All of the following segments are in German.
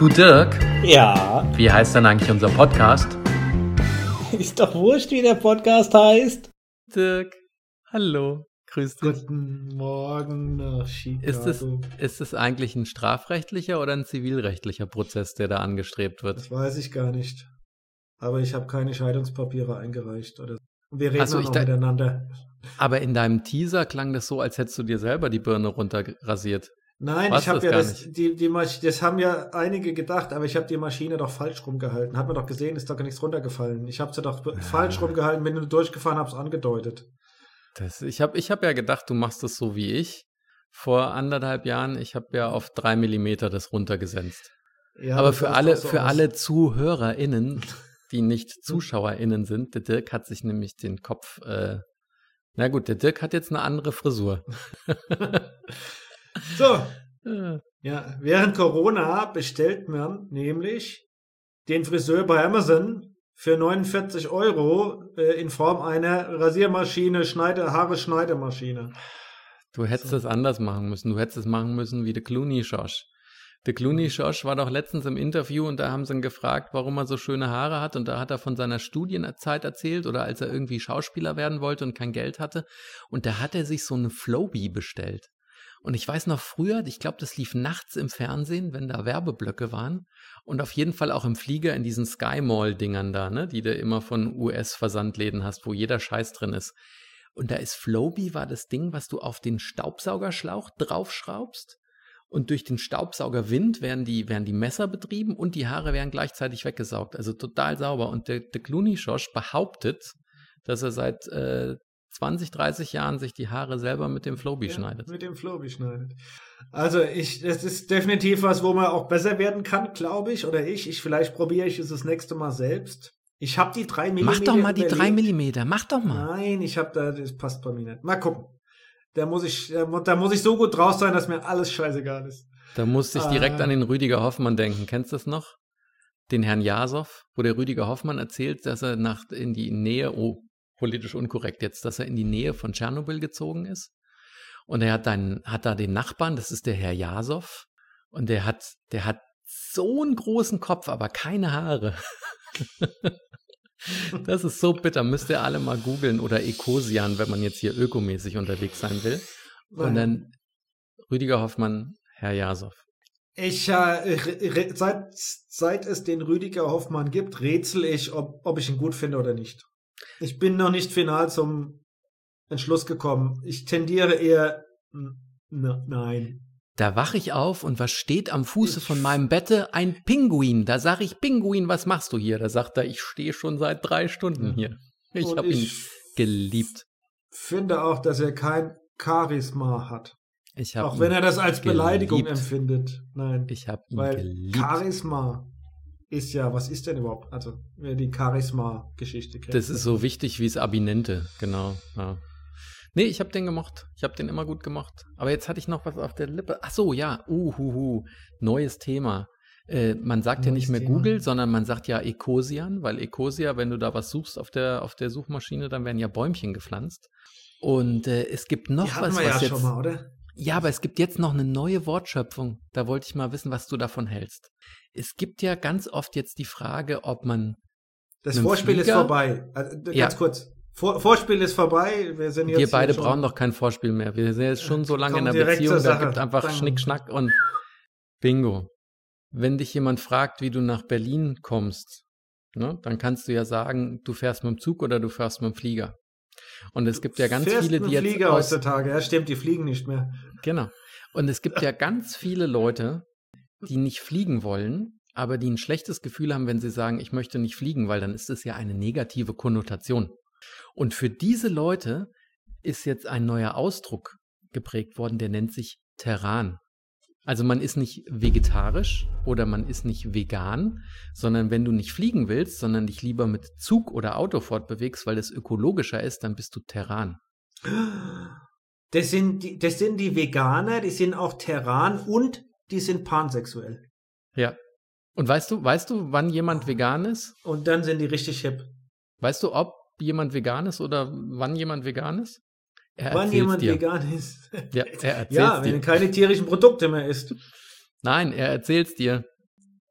Du Dirk, Ja, wie heißt denn eigentlich unser Podcast? ist doch wurscht, wie der Podcast heißt. Dirk, hallo, grüß dich. Guten Morgen nach Ist es, Chicago. ist es eigentlich ein strafrechtlicher oder ein zivilrechtlicher Prozess, der da angestrebt wird? Das weiß ich gar nicht. Aber ich habe keine Scheidungspapiere eingereicht. Wir reden Ach so, auch noch miteinander. Aber in deinem Teaser klang das so, als hättest du dir selber die Birne runterrasiert. Nein, War's ich habe das ja gar das haben ja einige gedacht, aber ich habe die Maschine doch falsch rumgehalten. Hat man doch gesehen, ist doch gar nichts runtergefallen. Ich habe sie doch falsch rumgehalten, wenn du durchgefahren hast, angedeutet. Ich hab ja gedacht, du machst das so wie ich. Vor 1,5 Jahren, ich habe ja auf 3 Millimeter das runtergesetzt. Ja, Aber das für sah alle, doch so für aus. alle ZuhörerInnen, die nicht ZuschauerInnen sind, der Dirk hat sich nämlich den Kopf, na gut, der Dirk hat jetzt eine andere Frisur. So, Äh, ja, während Corona bestellt man nämlich den Friseur bei Amazon für 49 Euro in Form einer Rasiermaschine, Haare-Schneidemaschine. Du hättest So. es anders machen müssen. Du hättest es machen müssen wie der Clooney-Josh. Der Clooney-Josh war doch letztens im Interview und da haben sie ihn gefragt, warum er so schöne Haare hat. Und da hat er von seiner Studienzeit erzählt oder als er irgendwie Schauspieler werden wollte und kein Geld hatte. Und da hat er sich so eine Flowbee bestellt. Und ich weiß noch früher, ich glaube, das lief nachts im Fernsehen, wenn da Werbeblöcke waren. Und auf jeden Fall auch im Flieger in diesen Sky Mall-Dingern da, ne, die du immer von US-Versandläden hast, wo jeder Scheiß drin ist. Und da ist Flowbee, war das Ding, was du auf den Staubsaugerschlauch draufschraubst. Und durch den Staubsaugerwind werden die Messer betrieben und die Haare werden gleichzeitig weggesaugt. Also total sauber. Und der Clooney-Josh behauptet, dass er seit 20, 30 Jahren sich die Haare selber mit dem Flowbee schneidet. Mit dem Flowbee schneidet. Also das ist definitiv was, wo man auch besser werden kann, glaube ich. Oder vielleicht probiere ich es das nächste Mal selbst. Ich habe die 3 mm. Mach doch mal die 3 überlegt. Millimeter, mach doch mal. Nein, das passt bei mir nicht. Mal gucken. Da muss ich so gut draus sein, dass mir alles scheißegal ist. Da musste ich direkt an den Rüdiger Hoffmann denken. Kennst du das noch? Den Herrn Jasow, wo der Rüdiger Hoffmann erzählt, dass er in die Nähe, politisch unkorrekt jetzt, dass er in die Nähe von Tschernobyl gezogen ist. Und er hat da den Nachbarn, das ist der Herr Jasow, und der hat so einen großen Kopf, aber keine Haare. Das ist so bitter, müsst ihr alle mal googeln oder Ecosian, wenn man jetzt hier ökomäßig unterwegs sein will. Und dann Rüdiger Hoffmann, Herr Jasow. Seit es den Rüdiger Hoffmann gibt, rätsel ich, ob ich ihn gut finde oder nicht. Ich bin noch nicht final zum Entschluss gekommen. Ich tendiere eher nein. Da wache ich auf und was steht am Fuße von meinem Bette? Ein Pinguin. Da sage ich, Pinguin, was machst du hier? Da sagt er, ich stehe schon seit 3 Stunden hier. Ich habe ihn geliebt. Finde auch, dass er kein Charisma hat. Auch wenn er das als Beleidigung empfindet. Nein. Ich habe ihn Weil geliebt. Charisma ist ja, was ist denn überhaupt? Also, wer die Charisma-Geschichte kennt. Das ist so wichtig wie das Abinente, genau. Ja. Nee, ich habe den gemocht. Ich habe den immer gut gemocht. Aber jetzt hatte ich noch was auf der Lippe. Ach so, ja. Neues Thema. Man sagt ja nicht mehr Google, sondern man sagt ja Ecosian, weil Ecosia, wenn du da was suchst auf der Suchmaschine, dann werden ja Bäumchen gepflanzt. Und es gibt noch die hatten wir ja jetzt schon mal, oder? Ja, aber es gibt jetzt noch eine neue Wortschöpfung. Da wollte ich mal wissen, was du davon hältst. Es gibt ja ganz oft jetzt die Frage, ob man das Vorspiel ist vorbei. Also, ganz kurz. Vorspiel ist vorbei. Wir beide brauchen doch kein Vorspiel mehr. Wir sind jetzt schon so lange in der Beziehung, da gibt einfach Schnick-Schnack und Bingo. Wenn dich jemand fragt, wie du nach Berlin kommst, ne, dann kannst du ja sagen, du fährst mit dem Zug oder du fährst mit dem Flieger. Und es gibt ja ganz viele, die jetzt Flieger heutzutage, ja stimmt, die fliegen nicht mehr. Genau. Und es gibt ja ganz viele Leute, die nicht fliegen wollen, aber die ein schlechtes Gefühl haben, wenn sie sagen, ich möchte nicht fliegen, weil dann ist es ja eine negative Konnotation. Und für diese Leute ist jetzt ein neuer Ausdruck geprägt worden, der nennt sich Terran. Also man ist nicht vegetarisch oder man ist nicht vegan, sondern wenn du nicht fliegen willst, sondern dich lieber mit Zug oder Auto fortbewegst, weil das ökologischer ist, dann bist du Terran. Das sind die Veganer, die sind auch Terran und die sind pansexuell. Ja. Und weißt du, wann jemand vegan ist? Und dann sind die richtig hip. Weißt du, ob jemand vegan ist oder wann jemand vegan ist? Wann jemand vegan ist. Ja, er erzählt's ja, wenn dir. er keine tierischen Produkte mehr isst. Nein, er erzählt's dir.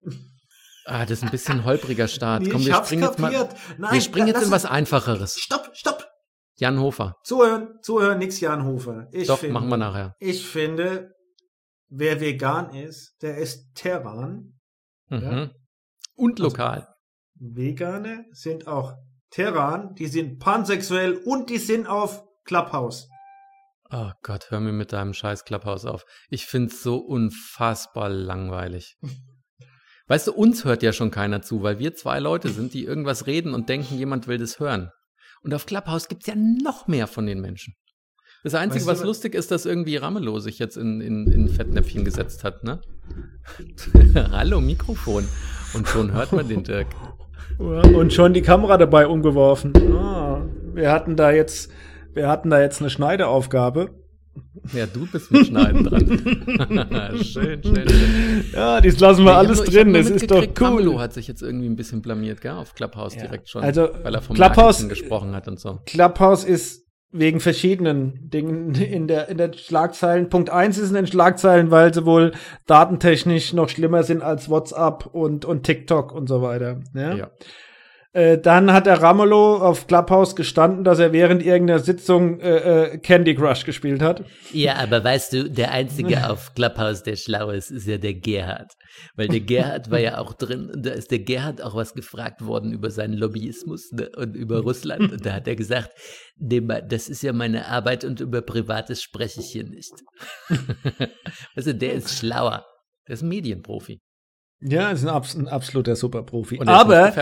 Das ist ein bisschen holpriger Start. Nee, Komm, wir springen jetzt mal. Nein, Wir springen jetzt in was Einfacheres. Stopp. Jan Hofer. Zuhören, nix Jan Hofer. Machen wir nachher. Ich finde, wer vegan ist, der ist Terran. Ja? Und lokal. Vegane sind auch Terran, die sind pansexuell und die sind auf Clubhouse. Oh Gott, hör mir mit deinem scheiß Clubhouse auf. Ich find's so unfassbar langweilig. Weißt du, uns hört ja schon keiner zu, weil wir 2 Leute sind, die irgendwas reden und denken, jemand will das hören. Und auf Clubhouse gibt's ja noch mehr von den Menschen. Das Einzige, was lustig ist, dass irgendwie Ramelow sich jetzt in Fettnäpfchen gesetzt hat, ne? Hallo, Mikrofon. Und schon hört man den Dirk. Und schon die Kamera dabei umgeworfen. Wir hatten da jetzt eine Schneideaufgabe. Ja, du bist mit Schneiden dran. Schön. Ja, das lassen wir alles drin. Das ist doch cool. Ramelow hat sich jetzt irgendwie ein bisschen blamiert, gell? Auf Clubhouse direkt schon. Also, weil er vom Clubhouse Marketing gesprochen hat und so. Clubhouse ist wegen verschiedenen Dingen in der Schlagzeilen. Punkt 1 ist in den Schlagzeilen, weil sie wohl datentechnisch noch schlimmer sind als WhatsApp und TikTok und so weiter. Ja. Dann hat der Ramelow auf Clubhouse gestanden, dass er während irgendeiner Sitzung Candy Crush gespielt hat. Ja, aber weißt du, der Einzige auf Clubhouse, der schlau ist ja der Gerhard. Weil der Gerhard war ja auch drin und da ist der Gerhard auch was gefragt worden über seinen Lobbyismus, ne, und über Russland. Und da hat er gesagt, das ist ja meine Arbeit und über Privates spreche ich hier nicht. Also der ist schlauer. Der ist ein Medienprofi. Ja, ist ein absoluter Superprofi. Und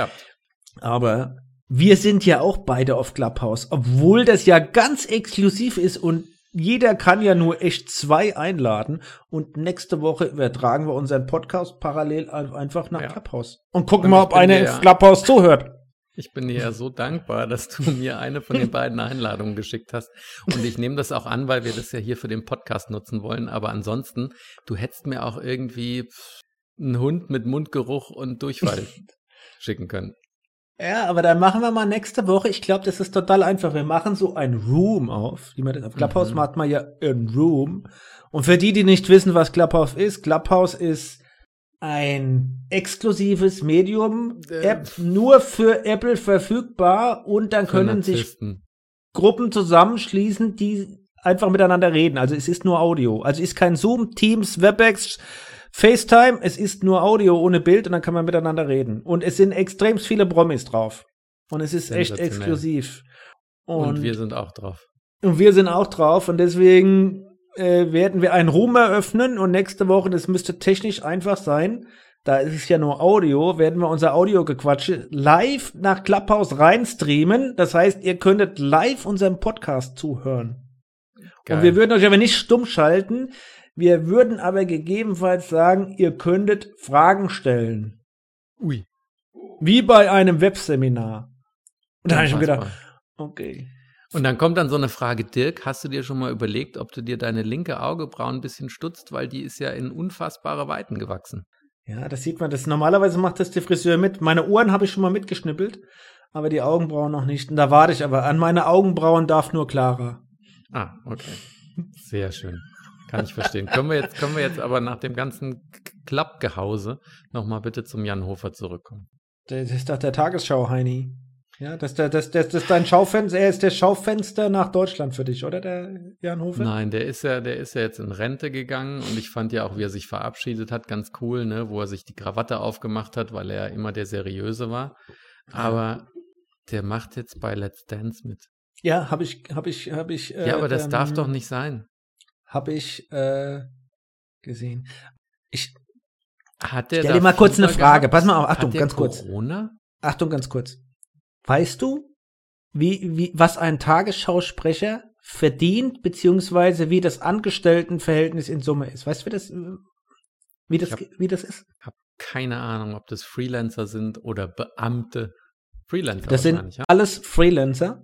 Aber wir sind ja auch beide auf Clubhouse, obwohl das ja ganz exklusiv ist und jeder kann ja nur echt 2 einladen. Und nächste Woche übertragen wir unseren Podcast parallel einfach nach Clubhouse. Und gucken mal, ob einer in Clubhouse zuhört. Ich bin dir ja so dankbar, dass du mir eine von den beiden Einladungen geschickt hast. Und ich nehme das auch an, weil wir das ja hier für den Podcast nutzen wollen. Aber ansonsten, du hättest mir auch irgendwie einen Hund mit Mundgeruch und Durchfall schicken können. Ja, aber dann machen wir mal nächste Woche. Ich glaube, das ist total einfach. Wir machen so ein Room auf. Auf Clubhouse macht man ja ein Room. Und für die nicht wissen, was Clubhouse ist ein exklusives Medium-App, nur für Apple verfügbar. Und dann können sich Gruppen zusammenschließen, die einfach miteinander reden. Also es ist nur Audio. Also es ist kein Zoom, Teams, WebEx, FaceTime, es ist nur Audio ohne Bild und dann kann man miteinander reden. Und es sind extrem viele Promis drauf. Und es ist echt exklusiv. Und wir sind auch drauf. Und deswegen werden wir einen Room eröffnen und nächste Woche, das müsste technisch einfach sein, da ist es ja nur Audio, werden wir unser Audiogequatsche live nach Clubhouse reinstreamen. Das heißt, ihr könntet live unserem Podcast zuhören. Geil. Und wir würden euch aber nicht stumm schalten. Wir würden aber gegebenenfalls sagen, ihr könntet Fragen stellen. Ui. Wie bei einem Webseminar. Und da habe ich mir gedacht, okay. Und dann kommt dann so eine Frage, Dirk, hast du dir schon mal überlegt, ob du dir deine linke Augenbraue ein bisschen stutzt, weil die ist ja in unfassbare Weiten gewachsen. Ja, das sieht man. Normalerweise macht das der Friseur mit. Meine Ohren habe ich schon mal mitgeschnippelt, aber die Augenbrauen noch nicht. Und da warte ich aber. An meine Augenbrauen darf nur Clara. Ah, okay. Sehr schön. Kann ich verstehen. Können wir jetzt aber nach dem ganzen Klappgehause nochmal bitte zum Jan Hofer zurückkommen? Das ist doch der Tagesschau, Heini. Ja, das ist dein Schaufenster. Er ist der Schaufenster nach Deutschland für dich, oder, der Jan Hofer? Nein, der ist ja jetzt in Rente gegangen und ich fand ja auch, wie er sich verabschiedet hat, ganz cool, ne, wo er sich die Krawatte aufgemacht hat, weil er ja immer der Seriöse war. Aber der macht jetzt bei Let's Dance mit. Ja, hab ich. Ja, aber das darf doch nicht sein. Habe ich gesehen. Hat der stell dir mal kurz eine Frage. Gehabt? Pass mal auf, Achtung, ganz Corona? kurz. Achtung, ganz kurz. Weißt du, was ein Tagesschausprecher verdient, beziehungsweise wie das Angestelltenverhältnis in Summe ist? Weißt du, wie das ist? Ich habe keine Ahnung, ob das Freelancer sind oder Beamte. Freelancer. Das sind alles Freelancer.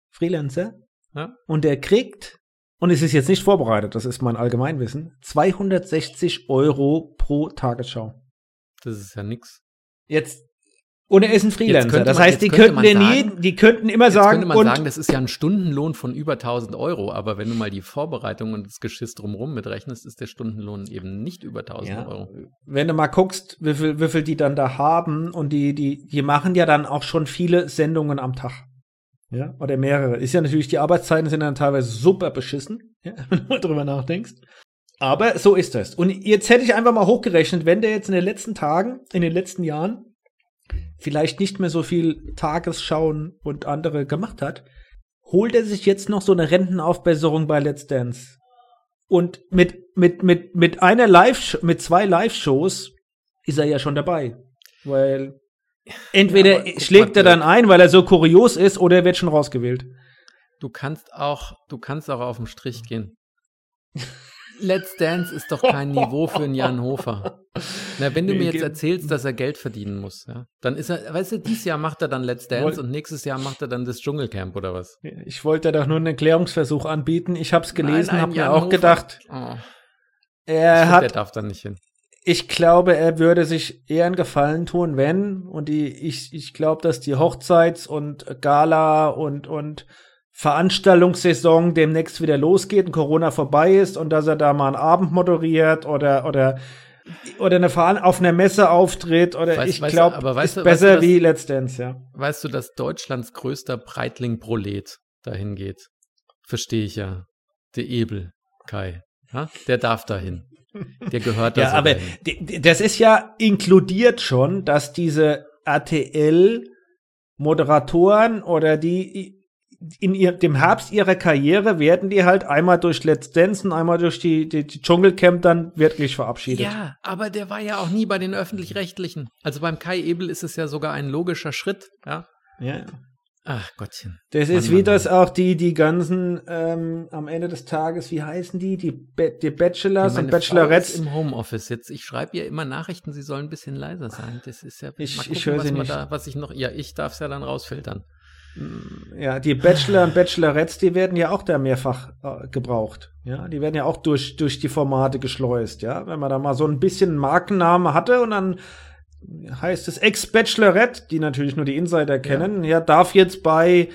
Ja. Und der kriegt, und es ist jetzt nicht vorbereitet, das ist mein Allgemeinwissen, 260 € pro Tagesschau. Das ist ja nix. Jetzt Und er ist ein Freelancer. Das heißt, die könnten immer sagen, könnte man sagen, das ist ja ein Stundenlohn von über 1.000 Euro, aber wenn du mal die Vorbereitung und das Geschiss drumherum mitrechnest, ist der Stundenlohn eben nicht über 1.000 Euro. Wenn du mal guckst, wie viel die dann da haben, und die machen ja dann auch schon viele Sendungen am Tag. Ja, oder mehrere. Ist ja natürlich, die Arbeitszeiten sind dann teilweise super beschissen, ja, wenn du mal drüber nachdenkst. Aber so ist das. Und jetzt hätte ich einfach mal hochgerechnet, wenn der jetzt in den letzten Jahren vielleicht nicht mehr so viel Tagesschauen und andere gemacht hat, holt er sich jetzt noch so eine Rentenaufbesserung bei Let's Dance. Und mit 2 Live-Shows ist er ja schon dabei. Weil entweder schlägt er dann ein, weil er so kurios ist, oder er wird schon rausgewählt. Du kannst auch auf den Strich gehen. Let's Dance ist doch kein Niveau für einen Jan Hofer. Na, wenn du mir jetzt erzählst, dass er Geld verdienen muss, ja, dann ist er, weißt du, dieses Jahr macht er dann Let's Dance und nächstes Jahr macht er dann das Dschungelcamp oder was? Ich wollte da doch nur einen Erklärungsversuch anbieten. Ich habe es gelesen, habe mir auch gedacht, der darf da nicht hin. Ich glaube, er würde sich eher einen Gefallen tun, ich glaube, dass die Hochzeits- und Gala und Veranstaltungssaison demnächst wieder losgeht und Corona vorbei ist und dass er da mal einen Abend moderiert oder auf einer Messe auftritt oder ich glaube, ist besser wie Let's Dance, ja. Weißt du, dass Deutschlands größter Breitling-Prolet dahin geht? Verstehe ich ja. Der Ebel, Kai. Ja? Der darf dahin. Der gehört da ja, aber das ist ja inkludiert schon, dass diese RTL-Moderatoren oder die dem Herbst ihrer Karriere werden die halt einmal durch Let's Dance und einmal durch die Dschungelcamp dann wirklich verabschiedet. Ja, aber der war ja auch nie bei den Öffentlich-Rechtlichen. Also beim Kai Ebel ist es ja sogar ein logischer Schritt, ja. Ja. Ach Gottchen. Das ist wie das auch die ganzen am Ende des Tages, wie heißen die Bachelors und Bachelorettes im Homeoffice. Jetzt, ich schreibe ihr immer Nachrichten, sie sollen ein bisschen leiser sein. Das ist ja, ich höre sie nicht. Ich darf es ja dann rausfiltern. Ja, die Bachelor und Bachelorettes, die werden ja auch da mehrfach gebraucht. Ja, die werden ja auch durch die Formate geschleust, ja. Wenn man da mal so ein bisschen Markenname hatte und dann heißt es Ex-Bachelorette, die natürlich nur die Insider kennen, ja, darf jetzt bei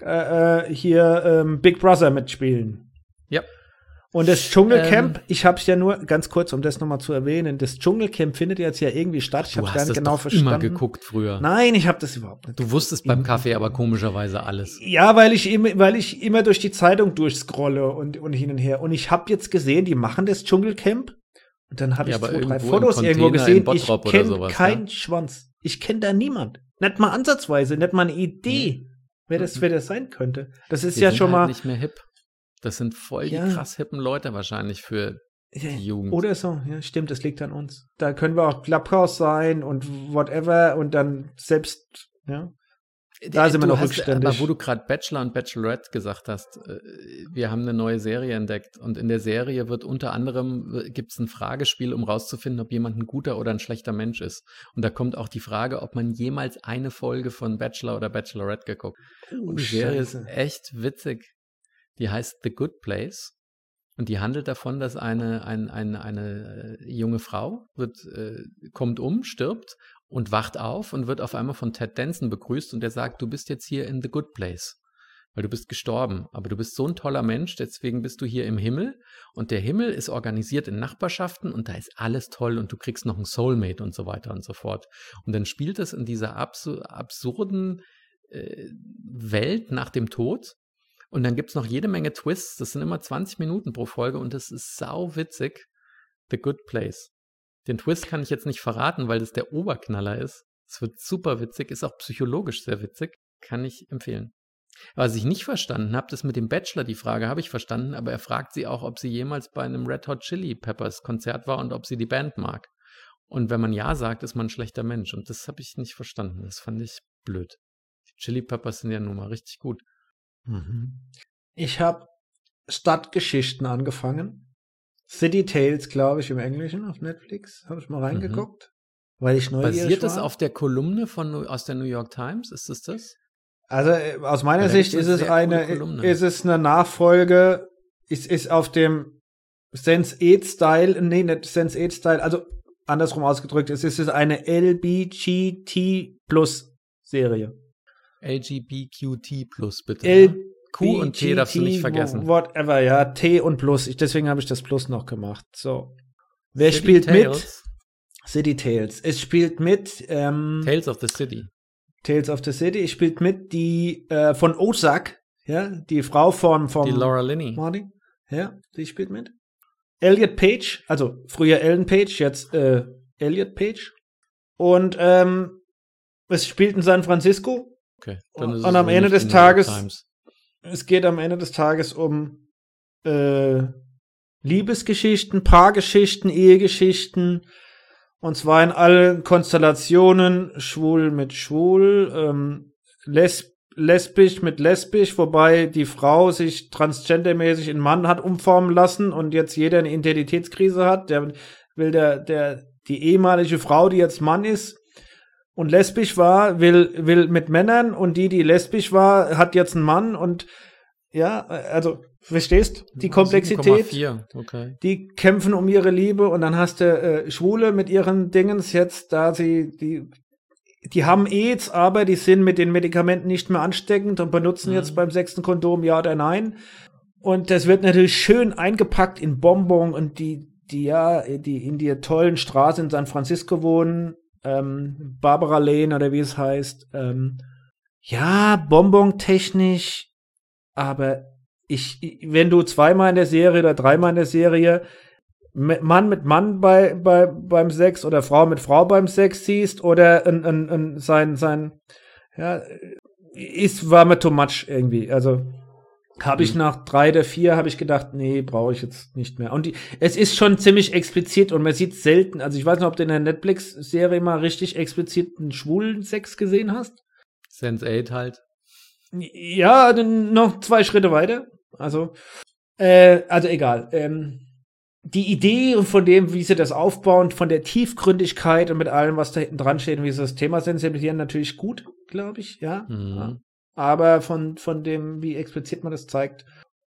Big Brother mitspielen. Ja. Und das Dschungelcamp, ich hab's ja nur, ganz kurz, um das nochmal zu erwähnen, das Dschungelcamp findet jetzt ja irgendwie statt. Ich hab's gar nicht genau verstanden. Du hast das immer geguckt früher. Nein, ich hab das überhaupt nicht. Du wusstest beim Kaffee aber komischerweise alles. Ja, weil ich immer durch die Zeitung durchscrolle und hin und her. Und ich hab jetzt gesehen, die machen das Dschungelcamp. Und dann habe ich 2, 3 Fotos irgendwo gesehen. Ich kenne keinen Schwanz. Ich kenne da niemand. Nicht mal ansatzweise, nicht mal eine Idee, wer das sein könnte. Das ist ja schon mal nicht mehr hip. Das sind voll die krass hippen Leute wahrscheinlich für die Jugend. Oder so, ja, stimmt, das liegt an uns. Da können wir auch Clubhouse sein und whatever und dann selbst, ja. Da sind wir noch rückständig. Aber wo du gerade Bachelor und Bachelorette gesagt hast, wir haben eine neue Serie entdeckt und in der Serie wird unter anderem, gibt's ein Fragespiel, um rauszufinden, ob jemand ein guter oder ein schlechter Mensch ist. Und da kommt auch die Frage, ob man jemals eine Folge von Bachelor oder Bachelorette geguckt. Und die Serie ist echt witzig. Die heißt The Good Place und die handelt davon, dass eine junge Frau kommt stirbt und wacht auf und wird auf einmal von Ted Danson begrüßt und der sagt, du bist jetzt hier in The Good Place, weil du bist gestorben, aber du bist so ein toller Mensch, deswegen bist du hier im Himmel und der Himmel ist organisiert in Nachbarschaften und da ist alles toll und du kriegst noch einen Soulmate und so weiter und so fort. Und dann spielt es in dieser absurden Welt nach dem Tod. Und dann gibt es noch jede Menge Twists. Das sind immer 20 Minuten pro Folge und das ist sau witzig. The Good Place. Den Twist kann ich jetzt nicht verraten, weil das der Oberknaller ist. Es wird super witzig, ist auch psychologisch sehr witzig. Kann ich empfehlen. Was ich nicht verstanden habe, das mit dem Bachelor, die Frage habe ich verstanden, aber er fragt sie auch, ob sie jemals bei einem Red Hot Chili Peppers Konzert war und ob sie die Band mag. Und wenn man ja sagt, ist man ein schlechter Mensch. Und das habe ich nicht verstanden. Das fand ich blöd. Die Chili Peppers sind ja nun mal richtig gut. Ich habe Stadtgeschichten angefangen. City Tales, glaube ich, im Englischen auf Netflix. Habe ich mal reingeguckt, weil ich neugierig war. Basiert das auf der Kolumne aus der New York Times? Ist es das? Also aus meiner Sicht ist es eine Nachfolge, ist auf dem Sense8-Style, nee, nicht Sense8-Style, also andersrum ausgedrückt, es ist eine LBGT++ Plus Serie. LGBTQ+, bitte. Q und T darfst du nicht vergessen. Whatever, ja, T und Plus. Deswegen habe ich das Plus noch gemacht. So. Wer spielt mit? City Tales. Es spielt mit Tales of the City. Tales of the City. Es spielt mit die von Ozark, ja, die Frau von die Laura Linney. Marty. Ja, die spielt mit. Elliot Page, also früher Ellen Page, jetzt Elliot Page. Und es spielt in San Francisco. Okay. Dann ist und am Ende des Tages, es geht am Ende des Tages um Liebesgeschichten, Paargeschichten, Ehegeschichten. Und zwar in allen Konstellationen, schwul mit schwul, lesbisch mit lesbisch, wobei die Frau sich transgendermäßig in Mann hat umformen lassen und jetzt jeder eine Identitätskrise hat. Der will die ehemalige Frau, die jetzt Mann ist und lesbisch war, will mit Männern, und die lesbisch war, hat jetzt einen Mann. Und ja, also verstehst die Komplexität? 7,4. Okay. Die kämpfen um ihre Liebe, und dann hast du Schwule mit ihren Dingens jetzt, da die haben AIDS, aber die sind mit den Medikamenten nicht mehr ansteckend und benutzen jetzt beim 6. Kondom ja oder nein. Und das wird natürlich schön eingepackt in Bonbon, und die in der tollen Straße in San Francisco wohnen, Barbara Lane oder wie es heißt, ja, Bonbon-technisch, aber wenn du zweimal in der Serie oder dreimal in der Serie Mann mit Mann beim Sex oder Frau mit Frau beim Sex siehst, oder war mir too much irgendwie. Also habe ich nach 3 oder 4 habe ich gedacht, nee, brauche ich jetzt nicht mehr. Und es ist schon ziemlich explizit, und man sieht selten, also ich weiß nicht, ob du in der Netflix-Serie mal richtig expliziten schwulen Sex gesehen hast. Sense8 halt. Ja, noch 2 Schritte weiter. Also egal. Die Idee von dem, wie sie das aufbauen, von der Tiefgründigkeit und mit allem, was da hinten dran steht, und wie sie das Thema sensibilisieren, natürlich gut, glaube ich, ja. Ja. Aber von dem, wie explizit man das zeigt,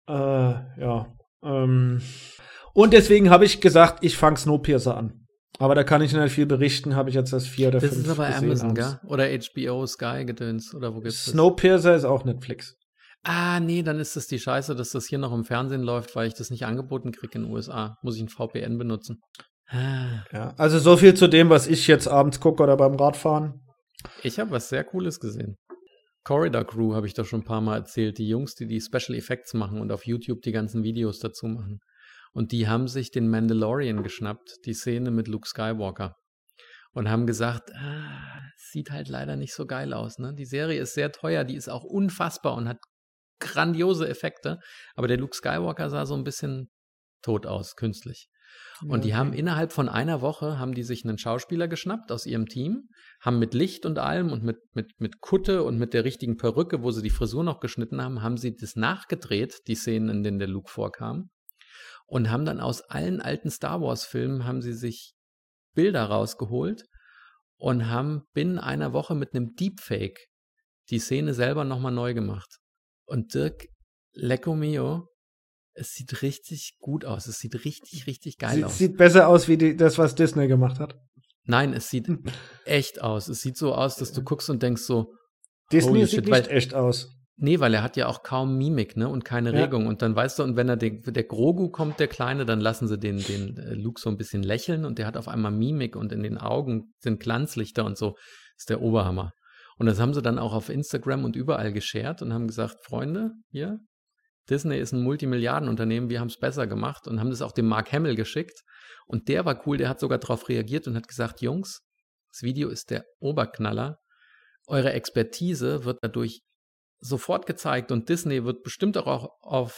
ja. Und deswegen habe ich gesagt, ich fange Snowpiercer an. Aber da kann ich nicht viel berichten, habe ich jetzt das 4 oder 5 gesehen. Das ist aber Amazon, gell? Oder HBO, Sky gedöns, oder wo gibt's das? Snowpiercer ist auch Netflix. Ah, nee, dann ist das die Scheiße, dass das hier noch im Fernsehen läuft, weil ich das nicht angeboten kriege in den USA. Muss ich ein VPN benutzen. Ja, also so viel zu dem, was ich jetzt abends gucke oder beim Radfahren. Ich habe was sehr Cooles gesehen. Corridor Crew habe ich doch schon ein paar Mal erzählt. Die Jungs, die Special Effects machen und auf YouTube die ganzen Videos dazu machen. Und die haben sich den Mandalorian geschnappt, die Szene mit Luke Skywalker. Und haben gesagt, sieht halt leider nicht so geil aus. Ne? Die Serie ist sehr teuer, die ist auch unfassbar und hat grandiose Effekte. Aber der Luke Skywalker sah so ein bisschen tot aus, künstlich. Und die haben innerhalb von einer Woche, haben die sich einen Schauspieler geschnappt aus ihrem Team, haben mit Licht und allem und mit Kutte und mit der richtigen Perücke, wo sie die Frisur noch geschnitten haben, haben sie das nachgedreht, die Szenen, in denen der Luke vorkam. Und haben dann aus allen alten Star Wars Filmen, haben sie sich Bilder rausgeholt und haben binnen einer Woche mit einem Deepfake die Szene selber nochmal neu gemacht. Und Dirk, lecco mio, es sieht richtig gut aus. Es sieht richtig, richtig geil aus. Sieht besser aus wie das, was Disney gemacht hat. Nein, es sieht echt aus. Es sieht so aus, dass du guckst und denkst so, Disney sieht nicht echt aus. Nee, weil er hat ja auch kaum Mimik, ne, und keine Regung. Und dann weißt du, und wenn der Grogu kommt, der Kleine, dann lassen sie den Luke so ein bisschen lächeln, und der hat auf einmal Mimik, und in den Augen sind Glanzlichter und so. Ist der Oberhammer. Und das haben sie dann auch auf Instagram und überall geshared und haben gesagt, Freunde, hier, Disney ist ein Multimilliardenunternehmen, wir haben es besser gemacht, und haben das auch dem Mark Hamill geschickt. Und der war cool, der hat sogar darauf reagiert und hat gesagt, Jungs, das Video ist der Oberknaller. Eure Expertise wird dadurch sofort gezeigt, und Disney wird bestimmt auch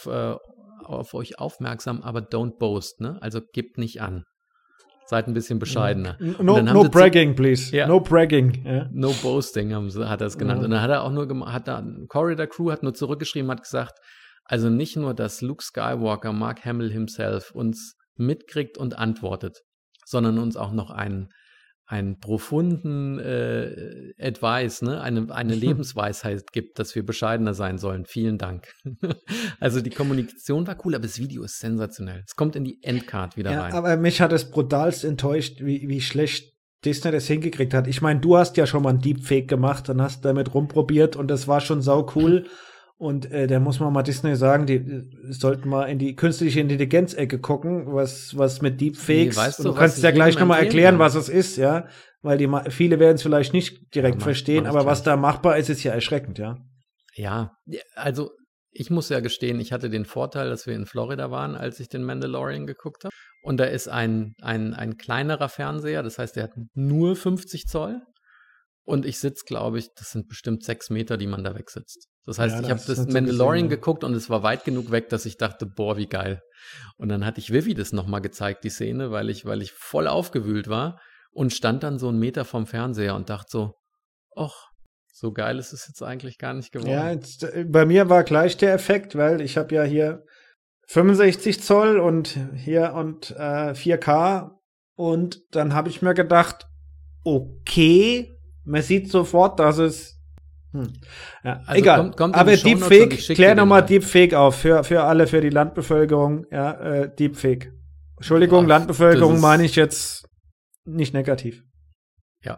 auf euch aufmerksam, aber don't boast, ne? Also gebt nicht an. Seid ein bisschen bescheidener. No bragging, please. Ja, no bragging. Yeah. No boasting hat er es genannt. Ja. Und dann hat er auch nur Corridor Crew hat nur zurückgeschrieben, hat gesagt, also nicht nur, dass Luke Skywalker, Mark Hamill himself, uns mitkriegt und antwortet, sondern uns auch noch einen profunden Advice, ne? eine Lebensweisheit gibt, dass wir bescheidener sein sollen. Vielen Dank. Also die Kommunikation war cool, aber das Video ist sensationell. Es kommt in die Endcard wieder rein. Aber mich hat es brutalst enttäuscht, wie schlecht Disney das hingekriegt hat. Ich meine, du hast ja schon mal einen Deepfake gemacht und hast damit rumprobiert und das war schon sau cool. Und da muss man mal Disney sagen, die sollten mal in die künstliche Intelligenz-Ecke gucken, was mit Deepfakes. Weißt du kannst ja gleich nochmal erklären, was es ist, ja. Weil viele werden es vielleicht nicht direkt verstehen, aber was da machbar ist, ist ja erschreckend, ja. Ja, also ich muss ja gestehen, ich hatte den Vorteil, dass wir in Florida waren, als ich den Mandalorian geguckt habe. Und da ist ein kleinerer Fernseher, das heißt, der hat nur 50 Zoll. Und ich sitze, glaube ich, das sind bestimmt 6 Meter, die man da wegsitzt. Das heißt, ich habe das Mandalorian geguckt und es war weit genug weg, dass ich dachte, boah, wie geil. Und dann hatte ich Vivi das nochmal gezeigt, die Szene, weil ich voll aufgewühlt war und stand dann so 1 Meter vom Fernseher und dachte so, ach, so geil ist es jetzt eigentlich gar nicht geworden. Ja, bei mir war gleich der Effekt, weil ich habe ja hier 65 Zoll und hier und 4K und dann habe ich mir gedacht, okay, man sieht sofort, dass es ja, also egal. Kommt aber Deepfake, klär nochmal Deepfake auf für alle, für die Landbevölkerung. Ja, Deepfake. Entschuldigung, Landbevölkerung meine ich jetzt nicht negativ. Ja.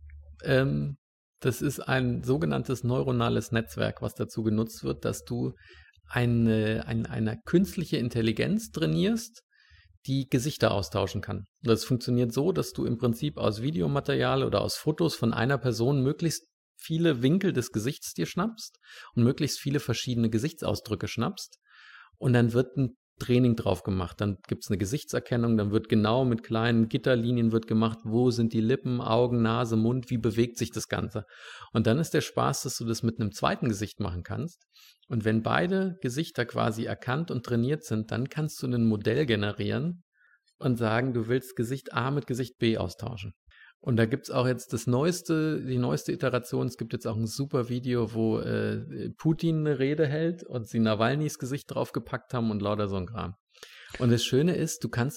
Das ist ein sogenanntes neuronales Netzwerk, was dazu genutzt wird, dass du eine künstliche Intelligenz trainierst, die Gesichter austauschen kann. Und das funktioniert so, dass du im Prinzip aus Videomaterial oder aus Fotos von einer Person möglichst viele Winkel des Gesichts dir schnappst und möglichst viele verschiedene Gesichtsausdrücke schnappst und dann wird ein Training drauf gemacht. Dann gibt es eine Gesichtserkennung, dann wird genau mit kleinen Gitterlinien wird gemacht, wo sind die Lippen, Augen, Nase, Mund, wie bewegt sich das Ganze. Und dann ist der Spaß, dass du das mit einem zweiten Gesicht machen kannst. Und wenn beide Gesichter quasi erkannt und trainiert sind, dann kannst du ein Modell generieren und sagen, du willst Gesicht A mit Gesicht B austauschen. Und da gibt es auch jetzt die neueste Iteration. Es gibt jetzt auch ein super Video, wo Putin eine Rede hält und sie Nawalnys Gesicht draufgepackt haben und lauter so ein Kram. Und das Schöne ist, du kannst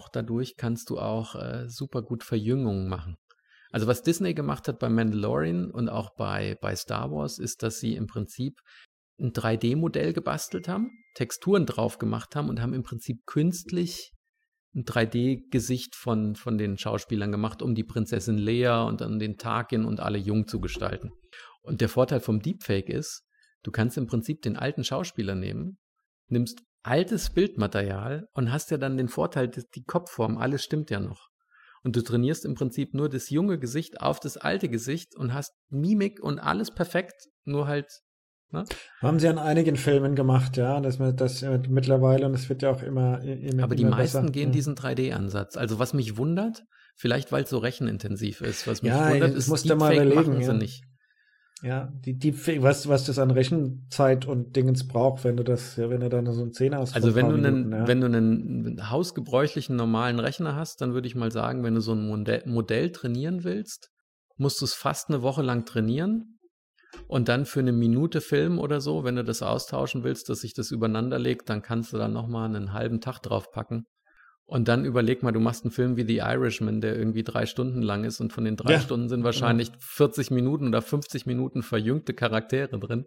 auch super gut Verjüngungen machen. Also was Disney gemacht hat bei Mandalorian und auch bei Star Wars, ist, dass sie im Prinzip ein 3D-Modell gebastelt haben, Texturen drauf gemacht haben und haben im Prinzip künstlich ein 3D-Gesicht von den Schauspielern gemacht, um die Prinzessin Leia und dann den Tarkin und alle jung zu gestalten. Und der Vorteil vom Deepfake ist, du kannst im Prinzip den alten Schauspieler nehmen, nimmst altes Bildmaterial und hast ja dann den Vorteil, dass die Kopfform, alles stimmt ja noch. Und du trainierst im Prinzip nur das junge Gesicht auf das alte Gesicht und hast Mimik und alles perfekt, nur halt. Ne? Haben sie an einigen Filmen gemacht, ja, das mittlerweile und es wird ja auch immer aber die meisten gehen diesen 3D-Ansatz. Also was mich wundert, vielleicht weil es so rechenintensiv ist, was mich wundert, ist, Deepfake machen sie nicht. Ja, die Deepfake, was das an Rechenzeit und Dingens braucht, wenn du dann so einen 10 hast. Also wenn du einen hausgebräuchlichen normalen Rechner hast, dann würde ich mal sagen, wenn du so ein Modell trainieren willst, musst du es fast eine Woche lang trainieren. Und dann für 1 Minute Film oder so, wenn du das austauschen willst, dass sich das übereinander legt, dann kannst du dann nochmal einen halben Tag draufpacken. Und dann überleg mal, du machst einen Film wie The Irishman, der irgendwie 3 Stunden lang ist und von den 3 Stunden sind wahrscheinlich 40 Minuten oder 50 Minuten verjüngte Charaktere drin.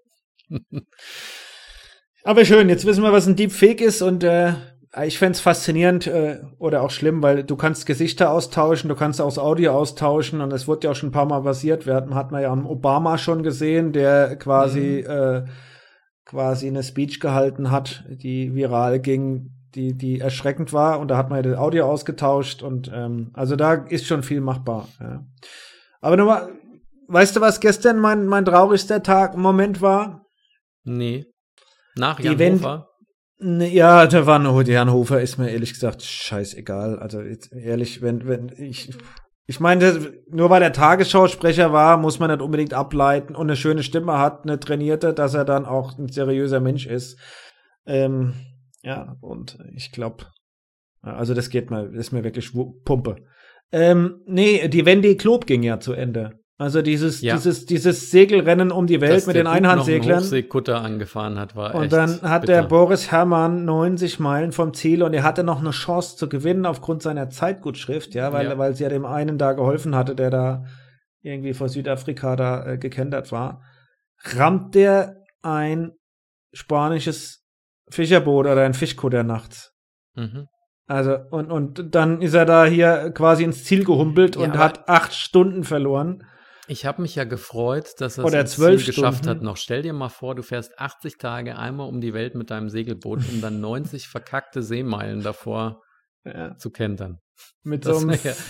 Aber schön, jetzt wissen wir, was ein Deepfake ist und ich fände es faszinierend oder auch schlimm, weil du kannst Gesichter austauschen, du kannst auch das Audio austauschen und es wurde ja auch schon ein paar Mal passiert. Hat man ja am Obama schon gesehen, der quasi eine Speech gehalten hat, die viral ging, die erschreckend war und da hat man ja das Audio ausgetauscht und also da ist schon viel machbar. Ja. Aber nochmal, weißt du, was gestern mein traurigster Moment war? Nee. Nach Jan Hofer? Ja, der Jan Hofer ist mir ehrlich gesagt scheißegal. Also jetzt ehrlich, wenn ich meine, nur weil er Tagesschausprecher war, muss man nicht unbedingt ableiten und eine schöne Stimme hat, eine trainierte, dass er dann auch ein seriöser Mensch ist. Ja, und ich glaube, also das ist mir wirklich Pumpe. Nee, die Wendy Klob ging ja zu Ende. Also dieses Segelrennen um die Welt mit den Einhandseglern. Dass der Hochseekutter angefahren hat, war und echt dann hat bitter. Der Boris Herrmann 90 Meilen vom Ziel und er hatte noch eine Chance zu gewinnen aufgrund seiner Zeitgutschrift, weil sie ja dem einen da geholfen hatte, der da irgendwie vor Südafrika da gekentert war. Rammt der ein spanisches Fischerboot oder ein Fischkutter nachts. Mhm. Also, und dann ist er da hier quasi ins Ziel gehumpelt und hat 8 Stunden verloren. Ich habe mich ja gefreut, dass er Oder es ins Ziel 12 geschafft Stunden. hat noch. Stell dir mal vor, du fährst 80 Tage einmal um die Welt mit deinem Segelboot, um dann 90 verkackte Seemeilen davor zu kentern. Mit so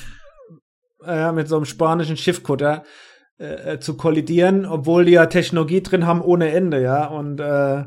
einem spanischen Schiffkutter zu kollidieren, obwohl die ja Technologie drin haben ohne Ende, ja. Und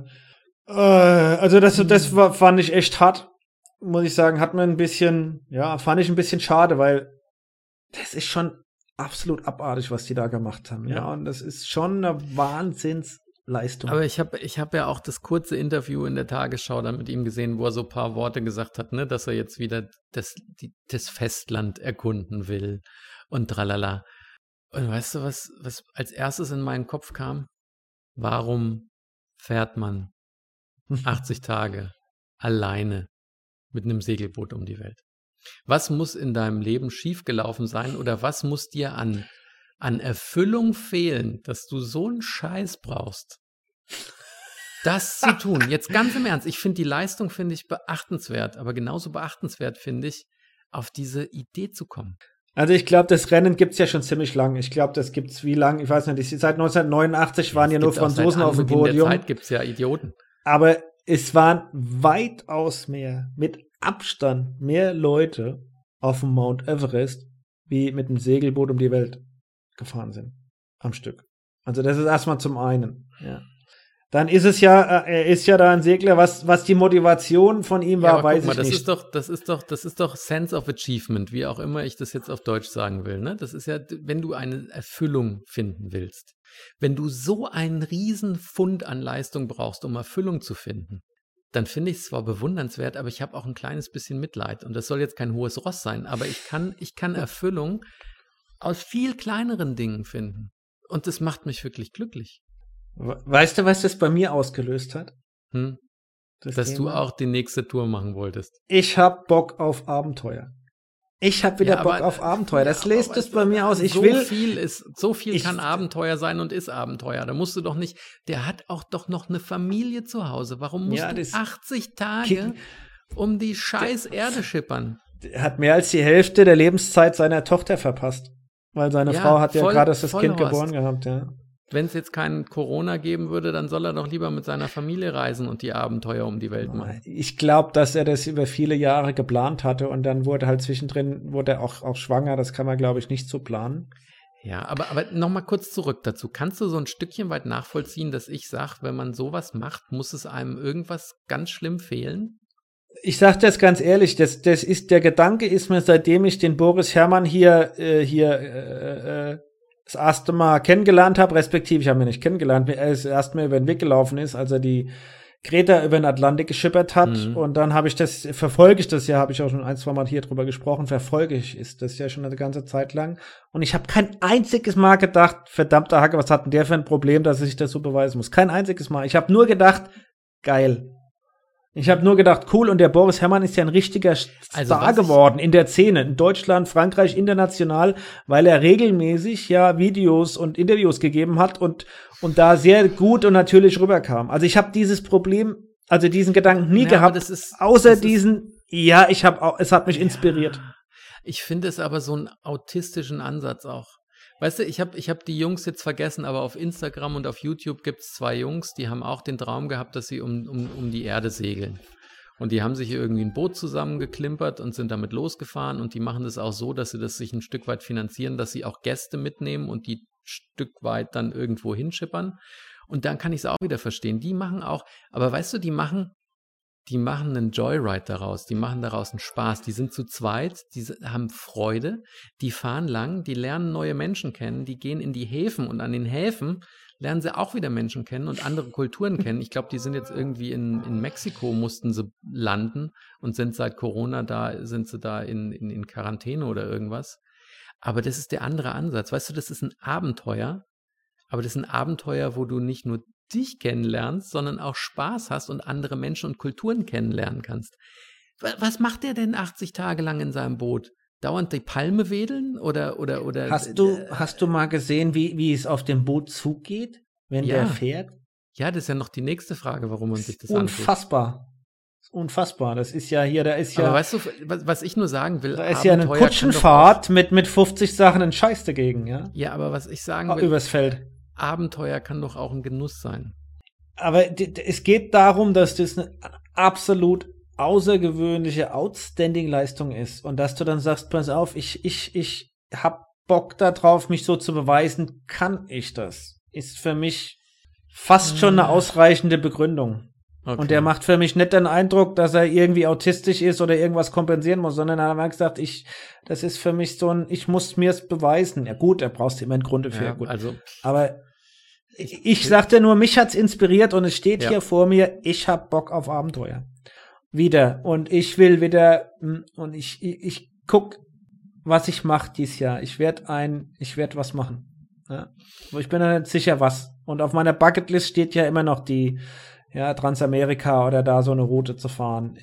also das fand ich echt hart, muss ich sagen. Fand ich ein bisschen schade, weil das ist schon absolut abartig, was die da gemacht haben. Ja, und das ist schon eine Wahnsinnsleistung. Aber ich hab ja auch das kurze Interview in der Tagesschau dann mit ihm gesehen, wo er so ein paar Worte gesagt hat, ne, dass er jetzt wieder das Festland erkunden will und tralala. Und weißt du, was als erstes in meinen Kopf kam? Warum fährt man 80 Tage alleine mit einem Segelboot um die Welt? Was muss in deinem Leben schiefgelaufen sein oder was muss dir an Erfüllung fehlen, dass du so einen Scheiß brauchst, das zu tun? Jetzt ganz im Ernst, ich finde die Leistung beachtenswert, aber genauso beachtenswert finde ich, auf diese Idee zu kommen. Also ich glaube, das Rennen gibt's ja schon ziemlich lang. Ich glaube, das gibt's wie lang? Ich weiß nicht, seit 1989 waren ja nur Franzosen auf dem Podium. Seit gibt's ja Idioten. Aber es waren weitaus mehr, mit Abstand mehr Leute auf dem Mount Everest, wie mit dem Segelboot um die Welt gefahren sind. Am Stück. Also das ist erstmal zum einen. Ja. Dann ist es ja, er ist ja da ein Segler, was die Motivation von ihm war, weiß ich nicht. Das ist doch Sense of Achievement, wie auch immer ich das jetzt auf Deutsch sagen will. Ne? Das ist ja, wenn du eine Erfüllung finden willst. Wenn du so einen riesen Fund an Leistung brauchst, um Erfüllung zu finden, dann finde ich es zwar bewundernswert, aber ich habe auch ein kleines bisschen Mitleid. Und das soll jetzt kein hohes Ross sein, aber ich kann Erfüllung aus viel kleineren Dingen finden. Und das macht mich wirklich glücklich. Weißt du, was das bei mir ausgelöst hat? Dass du auch die nächste Tour machen wolltest. Ich hab Bock auf Abenteuer. Ich hab wieder Bock auf Abenteuer. Das lässt es bei mir aus. So viel kann Abenteuer sein und ist Abenteuer. Da musst du doch nicht, der hat auch doch noch eine Familie zu Hause. Warum musst du 80 Tage um die scheiß Erde schippern? Er hat mehr als die Hälfte der Lebenszeit seiner Tochter verpasst. Weil seine Frau hat ja gerade das Kind geboren gehabt, ja. Wenn es jetzt keinen Corona geben würde, dann soll er doch lieber mit seiner Familie reisen und die Abenteuer um die Welt machen. Ich glaube, dass er das über viele Jahre geplant hatte und dann wurde halt zwischendrin er auch schwanger. Das kann man, glaube ich, nicht so planen. Ja, aber noch mal kurz zurück dazu. Kannst du so ein Stückchen weit nachvollziehen, dass ich sage, wenn man sowas macht, muss es einem irgendwas ganz schlimm fehlen? Ich sag das ganz ehrlich, der Gedanke ist mir, seitdem ich den Boris Herrmann hier das erste Mal kennengelernt habe, respektive ich habe ihn nicht kennengelernt, er das erste Mal über den Weg gelaufen ist, als er die Greta über den Atlantik geschippert hat. Und dann verfolge ich das ja, habe ich auch schon 1-2 Mal hier drüber gesprochen, ist das ja schon eine ganze Zeit lang. Und ich habe kein einziges Mal gedacht, verdammter Hacke, was hat denn der für ein Problem, dass er sich das so beweisen muss? Kein einziges Mal. Ich habe nur gedacht, geil. Ich habe nur gedacht, cool, und der Boris Herrmann ist ja ein richtiger Star geworden in der Szene, in Deutschland, Frankreich, international, weil er regelmäßig ja Videos und Interviews gegeben hat und da sehr gut und natürlich rüberkam. Also ich habe dieses Problem, also diesen Gedanken nie gehabt, es hat mich inspiriert. Ich finde es aber so einen autistischen Ansatz auch. Weißt du, ich hab die Jungs jetzt vergessen, aber auf Instagram und auf YouTube gibt es 2 Jungs, die haben auch den Traum gehabt, dass sie um die Erde segeln. Und die haben sich irgendwie ein Boot zusammengeklimpert und sind damit losgefahren. Und die machen das auch so, dass sie das sich ein Stück weit finanzieren, dass sie auch Gäste mitnehmen und die Stück weit dann irgendwo hinschippern. Und dann kann ich es auch wieder verstehen. Die machen auch, aber weißt du, die machen einen Joyride daraus, die machen daraus einen Spaß, die sind zu zweit, die haben Freude, die fahren lang, die lernen neue Menschen kennen, die gehen in die Häfen und an den Häfen lernen sie auch wieder Menschen kennen und andere Kulturen kennen. Ich glaube, die sind jetzt irgendwie in Mexiko, mussten sie landen und sind seit Corona sind sie da in Quarantäne oder irgendwas. Aber das ist der andere Ansatz. Weißt du, das ist ein Abenteuer, aber das ist ein Abenteuer, wo du nicht nur dich kennenlernst, sondern auch Spaß hast und andere Menschen und Kulturen kennenlernen kannst. Was macht der denn 80 Tage lang in seinem Boot? Dauernd die Palme wedeln oder Hast du mal gesehen, wie es auf dem Boot zugeht, wenn der fährt? Ja, das ist ja noch die nächste Frage, warum man sich das anguckt. Unfassbar. Unfassbar. Das ist ja hier, da ist ja. Aber weißt du, was ich nur sagen will, Da ist ja eine Kutschenfahrt mit 50 Sachen ein Scheiß dagegen, ja? Ja, aber was ich sagen will, übers Feld. Abenteuer kann doch auch ein Genuss sein. Aber es geht darum, dass das eine absolut außergewöhnliche Outstanding-Leistung ist und dass du dann sagst, pass auf, ich hab Bock darauf, mich so zu beweisen, kann ich das? Ist für mich fast schon eine ausreichende Begründung. Okay. Und der macht für mich nicht den Eindruck, dass er irgendwie autistisch ist oder irgendwas kompensieren muss, sondern er hat gesagt, das ist für mich so ein, ich muss mir's beweisen. Ja gut, da brauchst du immer einen Grund dafür. Ja, gut. also Aber ich sagte nur, mich hat's inspiriert und es steht hier vor mir, ich hab Bock auf Abenteuer. Wieder. Und ich will wieder, und ich guck, was ich mache dieses Jahr. Ich werd was machen. Ja. Aber ich bin noch nicht sicher, was. Und auf meiner Bucketlist steht ja immer noch die, Transamerika oder da so eine Route zu fahren.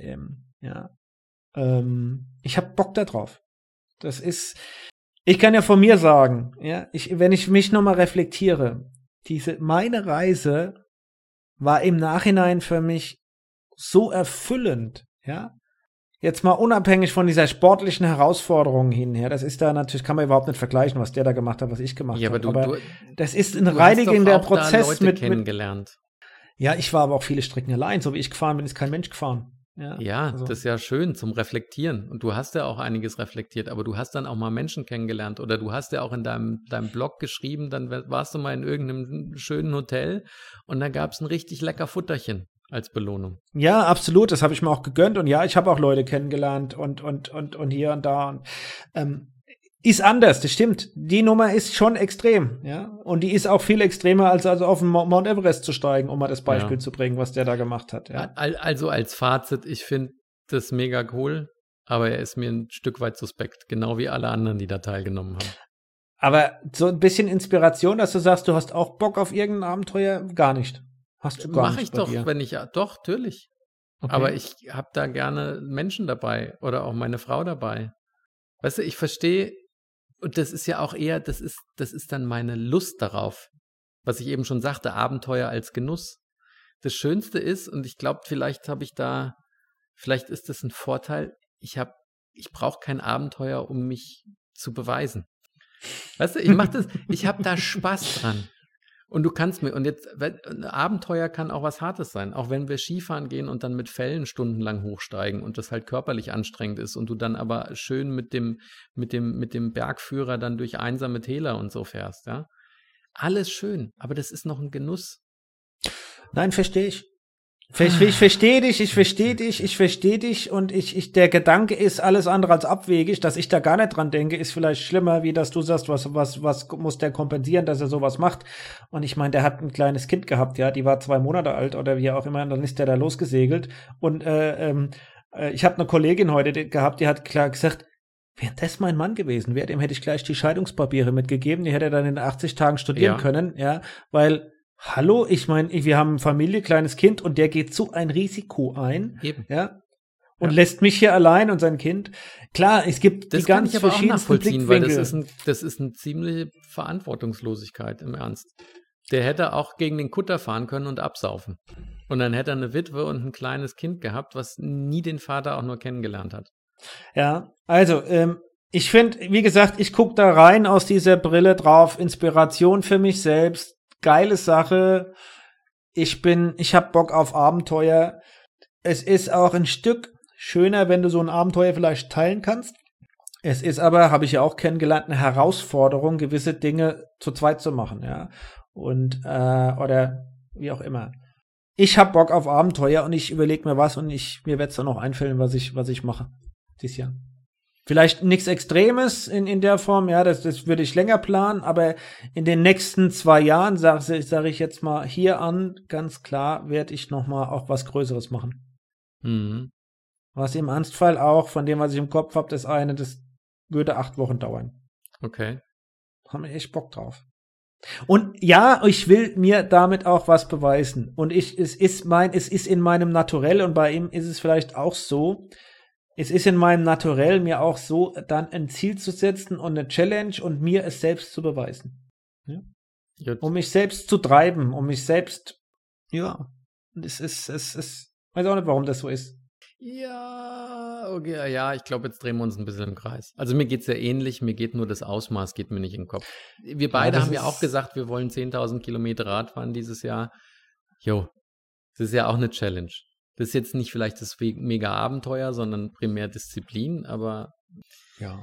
Ich hab Bock da drauf. Das ist, ich kann ja von mir sagen, wenn ich mich nochmal reflektiere, meine Reise war im Nachhinein für mich so erfüllend, Jetzt mal unabhängig von dieser sportlichen Herausforderung hinher, das ist da natürlich, kann man überhaupt nicht vergleichen, was der da gemacht hat, was ich gemacht habe. Aber das ist ein reinigender Prozess da Leute kennengelernt. Ja, ich war aber auch viele Strecken allein. So wie ich gefahren bin, ist kein Mensch gefahren. Das ist ja schön zum Reflektieren. Und du hast ja auch einiges reflektiert, aber du hast dann auch mal Menschen kennengelernt. Oder du hast ja auch in deinem Blog geschrieben, dann warst du mal in irgendeinem schönen Hotel und da gab es ein richtig lecker Futterchen als Belohnung. Ja, absolut. Das habe ich mir auch gegönnt. Und ja, ich habe auch Leute kennengelernt und hier und da. Und, ist anders, das stimmt. Die Nummer ist schon extrem, Und die ist auch viel extremer, als also auf den Mount Everest zu steigen, um mal das Beispiel zu bringen, was der da gemacht hat, Also als Fazit, ich finde das mega cool, aber er ist mir ein Stück weit suspekt, genau wie alle anderen, die da teilgenommen haben. Aber so ein bisschen Inspiration, dass du sagst, du hast auch Bock auf irgendein Abenteuer? Gar nicht. Hast du gar nicht. Mach ich doch, doch, natürlich. Okay. Aber ich habe da gerne Menschen dabei oder auch meine Frau dabei. Weißt du, ich verstehe. Und das ist ja auch eher, das ist dann meine Lust darauf, was ich eben schon sagte, Abenteuer als Genuss. Das Schönste ist, und ich glaube, vielleicht ist das ein Vorteil, ich brauche kein Abenteuer, um mich zu beweisen. Weißt du, ich habe da Spaß dran. Und ein Abenteuer kann auch was Hartes sein, auch wenn wir Skifahren gehen und dann mit Fällen stundenlang hochsteigen und das halt körperlich anstrengend ist und du dann aber schön mit dem Bergführer dann durch einsame Täler und so fährst, Alles schön, aber das ist noch ein Genuss. Nein, verstehe ich. Ich verstehe dich und der Gedanke ist alles andere als abwegig, dass ich da gar nicht dran denke, ist vielleicht schlimmer, wie dass du sagst, was muss der kompensieren, dass er sowas macht. Und ich meine, der hat ein kleines Kind gehabt, die war 2 Monate alt oder wie auch immer, und dann ist der da losgesegelt. Und ich habe eine Kollegin heute gehabt, die hat klar gesagt, wäre das mein Mann gewesen, dem hätte ich gleich die Scheidungspapiere mitgegeben, die hätte er dann in 80 Tagen studieren können, weil hallo, ich meine, wir haben Familie, kleines Kind und der geht so ein Risiko ein, eben. Und lässt mich hier allein und sein Kind. Klar, es gibt das die ganz verschiedensten Blickwinkel. Weil das ist eine ziemliche Verantwortungslosigkeit im Ernst. Der hätte auch gegen den Kutter fahren können und absaufen. Und dann hätte er eine Witwe und ein kleines Kind gehabt, was nie den Vater auch nur kennengelernt hat. Ja, also, ich finde, wie gesagt, ich gucke da rein aus dieser Brille drauf, Inspiration für mich selbst, geile Sache. Ich hab Bock auf Abenteuer. Es ist auch ein Stück schöner, wenn du so ein Abenteuer vielleicht teilen kannst. Es ist aber, habe ich ja auch kennengelernt, eine Herausforderung, gewisse Dinge zu zweit zu machen, Und, oder wie auch immer. Ich hab Bock auf Abenteuer und ich überlege mir was und mir wird's dann noch einfallen, was ich mache dieses Jahr. Vielleicht nichts Extremes in der Form, das würde ich länger planen, aber in den nächsten 2 Jahren, sag ich jetzt mal hier an, ganz klar, werde ich noch mal auch was Größeres machen. Mhm. Was im Ernstfall auch, von dem, was ich im Kopf habe, das würde 8 Wochen dauern. Okay. Haben wir echt Bock drauf. Und ja, ich will mir damit auch was beweisen. Und es ist in meinem Naturell, und bei ihm ist es vielleicht auch so, es ist in meinem Naturell, mir auch so dann ein Ziel zu setzen und eine Challenge und mir es selbst zu beweisen. Um mich selbst zu treiben, um mich selbst, es ist, weiß auch nicht, warum das so ist. Ja, okay, ja, ich glaube, jetzt drehen wir uns ein bisschen im Kreis. Also mir geht es ja ähnlich, mir geht nur das Ausmaß, geht mir nicht in den Kopf. Wir beide das haben ja ist- auch gesagt, wir wollen 10.000 Kilometer Rad fahren dieses Jahr. Jo, das ist ja auch eine Challenge. Das ist jetzt nicht vielleicht das mega Abenteuer, sondern primär Disziplin, aber Ja.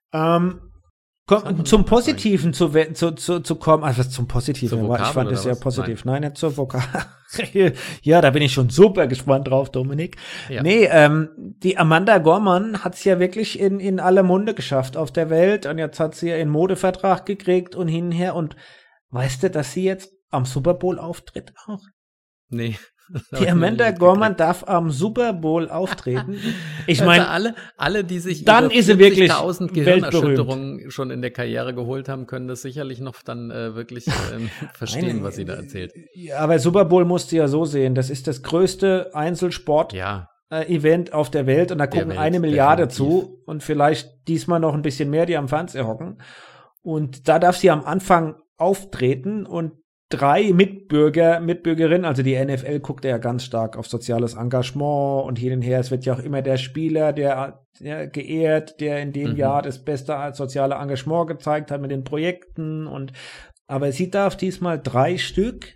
Kann man Zum noch Positiven zu kommen, also zum Positiven, Zur aber ich Vokabel fand oder das sehr was? positiv. Nein, nicht zur Vokabel. Ja, da bin ich schon super gespannt drauf, Dominik. ja. Nee, die Amanda Gorman hat es ja wirklich in alle Munde geschafft auf der Welt und jetzt hat sie einen Modevertrag gekriegt und hin und her und weißt du, dass sie jetzt am Super Bowl auftritt auch? Nee. Die Amanda Gorman darf am Super Bowl auftreten. Ich meine, also alle, die sich dann über ist sie wirklich 40.000 Gehirnerschütterungen schon in der Karriere geholt haben, können das sicherlich noch dann wirklich verstehen, Nein, was sie da erzählt. Ja, aber Super Bowl musst du ja so sehen. Das ist das größte Einzelsport Ja, Event auf der Welt und da gucken Welt, 1 Milliarde definitiv. zu und vielleicht diesmal noch ein bisschen mehr, die am Fernseher hocken. Und da darf sie am Anfang auftreten und 3 Mitbürgerinnen, also die NFL guckt ja ganz stark auf soziales Engagement und hin und her. Es wird ja auch immer der Spieler, der geehrt, der in dem Jahr das beste soziale Engagement gezeigt hat mit den Projekten aber sie darf diesmal 3 Stück,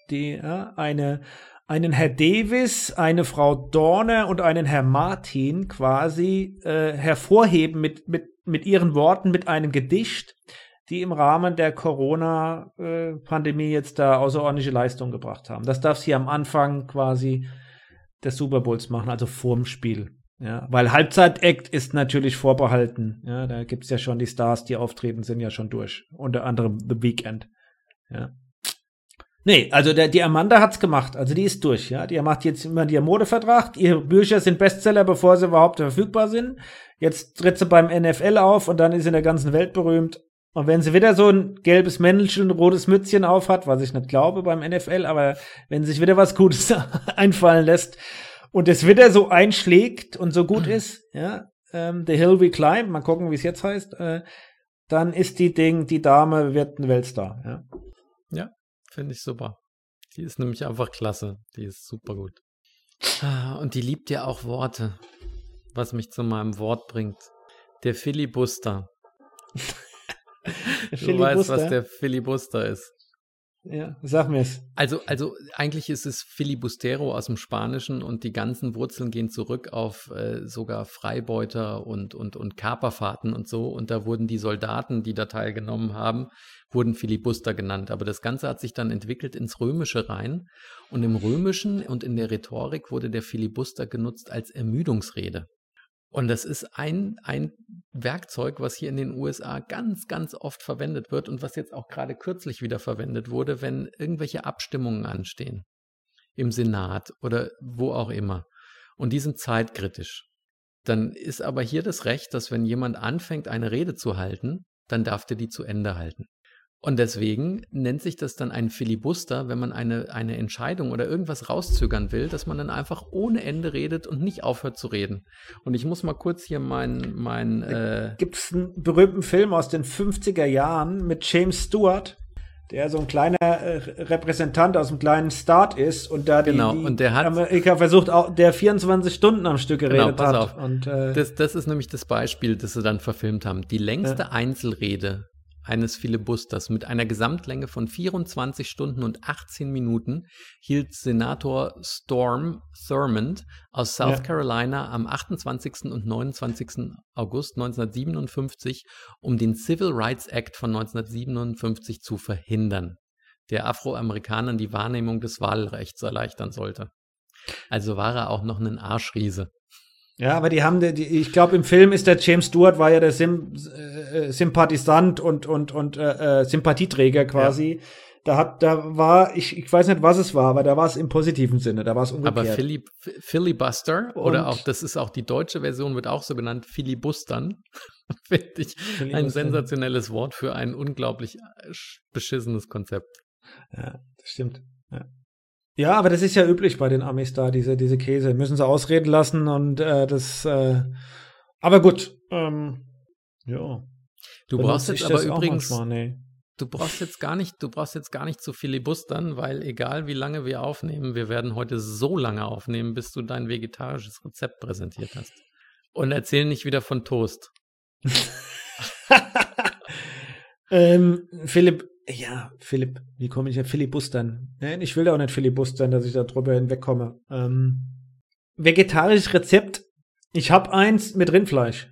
einen Herr Davis, eine Frau Dorner und einen Herr Martin quasi hervorheben mit ihren Worten, mit einem Gedicht, die im Rahmen der Corona-Pandemie jetzt da außerordentliche Leistung gebracht haben. Das darf sie am Anfang quasi des Super Bowls machen, also vorm Spiel. Ja, weil Halbzeit-Act ist natürlich vorbehalten. Ja, da gibt's ja schon die Stars, die auftreten, sind ja schon durch. Unter anderem The Weeknd. Ja. Nee, also die Amanda hat's gemacht. Also die ist durch. Ja, die macht jetzt immer ihren Modevertrag. Ihre Bücher sind Bestseller, bevor sie überhaupt verfügbar sind. Jetzt tritt sie beim NFL auf und dann ist sie in der ganzen Welt berühmt. Und wenn sie wieder so ein gelbes Mäntelchen, ein rotes Mützchen auf hat, was ich nicht glaube beim NFL, aber wenn sich wieder was Gutes einfallen lässt und es wieder so einschlägt und so gut ist, ja, The Hill We Climb, mal gucken, wie es jetzt heißt, dann ist die Dame wird ein Weltstar, ja. ja, finde ich super. Die ist nämlich einfach klasse. Die ist super gut. Und die liebt ja auch Worte, was mich zu meinem Wort bringt. Der Filibuster. Du weißt, was der Filibuster ist. Ja, sag mir's. Also eigentlich ist es Filibustero aus dem Spanischen und die ganzen Wurzeln gehen zurück auf sogar Freibeuter und Kaperfahrten und so. Und da wurden die Soldaten, die da teilgenommen haben, wurden Filibuster genannt. Aber das Ganze hat sich dann entwickelt ins Römische rein. Und im Römischen und in der Rhetorik wurde der Filibuster genutzt als Ermüdungsrede. Und das ist ein Werkzeug, was hier in den USA ganz, ganz oft verwendet wird und was jetzt auch gerade kürzlich wieder verwendet wurde, wenn irgendwelche Abstimmungen anstehen. Im Senat oder wo auch immer. Und die sind zeitkritisch. Dann ist aber hier das Recht, dass wenn jemand anfängt, eine Rede zu halten, dann darf der die zu Ende halten. Und deswegen nennt sich das dann ein Filibuster, wenn man eine Entscheidung oder irgendwas rauszögern will, dass man dann einfach ohne Ende redet und nicht aufhört zu reden. Und ich muss mal kurz hier Gibt es einen berühmten Film aus den 50er Jahren mit James Stewart, der so ein kleiner Repräsentant aus einem kleinen Staat ist und da und der hat Amerika versucht, auch der 24 Stunden am Stück geredet pass hat. auf. Und, das ist nämlich das Beispiel, das sie dann verfilmt haben. Die längste Einzelrede eines Filibusters mit einer Gesamtlänge von 24 Stunden und 18 Minuten hielt Senator Storm Thurmond aus South Carolina am 28. und 29. August 1957, um den Civil Rights Act von 1957 zu verhindern, der Afroamerikanern die Wahrnehmung des Wahlrechts erleichtern sollte. Also war er auch noch ein Arschriese. Ja, aber die haben, ich glaube, im Film ist der James Stewart war ja der Sympathisant und Sympathieträger quasi. Ja. Da war, ich weiß nicht, was es war, aber da war es im positiven Sinne, da war es umgekehrt. Aber Filibuster, oder auch, das ist auch die deutsche Version, wird auch so genannt, Filibustern, finde ich ein sensationelles Wort für ein unglaublich beschissenes Konzept. Ja, das stimmt, ja. Ja, aber das ist ja üblich bei den Amis da, diese Käse. Müssen sie ausreden lassen und aber gut, ja. Du brauchst jetzt aber übrigens, du brauchst jetzt gar nicht zu filibustern, weil egal wie lange wir aufnehmen, wir werden heute so lange aufnehmen, bis du dein vegetarisches Rezept präsentiert hast. Und erzähl nicht wieder von Toast. Philipp, wie komme ich ja filibustern? Nein, ich will auch nicht filibustern, dass ich da drüber hinwegkomme. Vegetarisches Rezept. Ich habe eins mit Rindfleisch.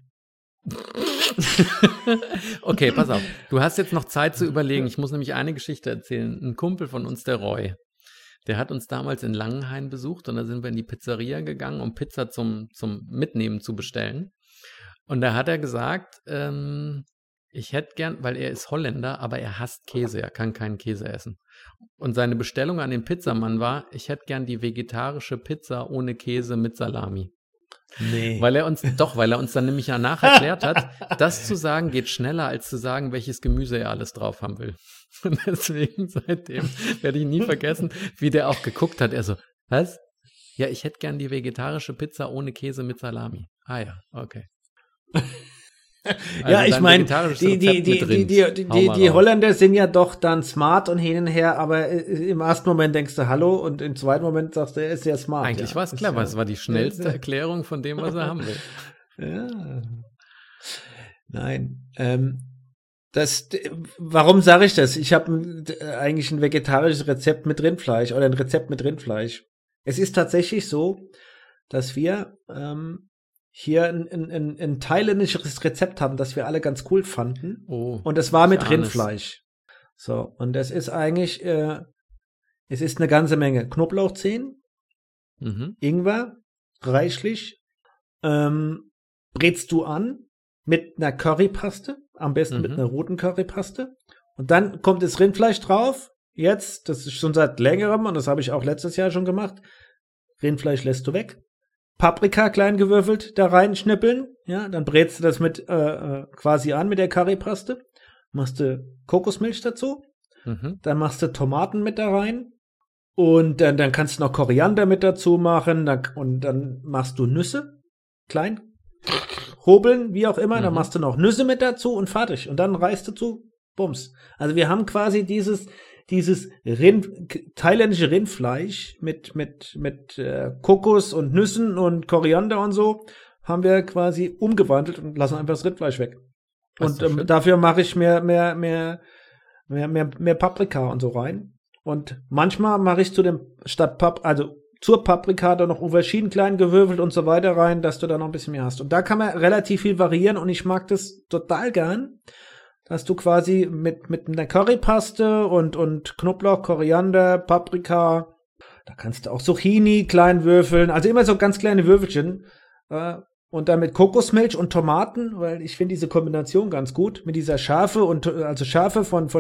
Okay, pass auf. Du hast jetzt noch Zeit zu überlegen. Ich muss nämlich eine Geschichte erzählen. Ein Kumpel von uns, der Roy, der hat uns damals in Langenhain besucht und da sind wir in die Pizzeria gegangen, um Pizza zum Mitnehmen zu bestellen. Und da hat er gesagt, ich hätte gern, weil er ist Holländer, aber er hasst Käse, er kann keinen Käse essen. Und seine Bestellung an den Pizzamann war, ich hätte gern die vegetarische Pizza ohne Käse mit Salami. Nee. Weil er uns dann nämlich danach erklärt hat, das zu sagen geht schneller, als zu sagen, welches Gemüse er alles drauf haben will. Und deswegen seitdem werde ich nie vergessen, wie der auch geguckt hat. Er so, was? Ja, ich hätte gern die vegetarische Pizza ohne Käse mit Salami. Ah ja, okay. Also ja, ich meine, die Holländer sind ja doch dann smart und hin und her, aber im ersten Moment denkst du Hallo und im zweiten Moment sagst du, er ist sehr smart. Eigentlich war es clever, es war die schnellste Erklärung von dem, was er haben will. Ja. Nein, warum sage ich das? Ich habe eigentlich ein vegetarisches Rezept mit Rindfleisch oder ein Rezept mit Rindfleisch. Es ist tatsächlich so, dass wir hier ein thailändisches Rezept haben, das wir alle ganz cool fanden. Oh, und das war mit Rindfleisch. So, und das ist eigentlich, es ist eine ganze Menge Knoblauchzehen, Ingwer, reichlich, brätst du an mit einer Currypaste, am besten mit einer roten Currypaste. Und dann kommt das Rindfleisch drauf. Jetzt, das ist schon seit längerem, und das habe ich auch letztes Jahr schon gemacht, Rindfleisch lässt du weg. Paprika klein gewürfelt da reinschnippeln, ja, dann brätst du das mit quasi an mit der Currypaste, machst du Kokosmilch dazu, dann machst du Tomaten mit da rein und dann kannst du noch Koriander mit dazu machen und dann machst du Nüsse klein hobeln, wie auch immer, dann machst du noch Nüsse mit dazu und fertig und dann Reis dazu, bums. Also wir haben quasi dieses thailändische Rindfleisch mit Kokos und Nüssen und Koriander und so haben wir quasi umgewandelt und lassen einfach das Rindfleisch weg. Und dafür mache ich mehr Paprika und so rein. Und manchmal mache ich zur Paprika dann noch Auberginen klein gewürfelt und so weiter rein, dass du da noch ein bisschen mehr hast. Und da kann man relativ viel variieren und ich mag das total gern, dass du quasi mit einer Currypaste und Knoblauch, Koriander, Paprika, da kannst du auch Zucchini klein würfeln, also immer so ganz kleine Würfelchen, und dann mit Kokosmilch und Tomaten, weil ich finde diese Kombination ganz gut, mit dieser Schärfe von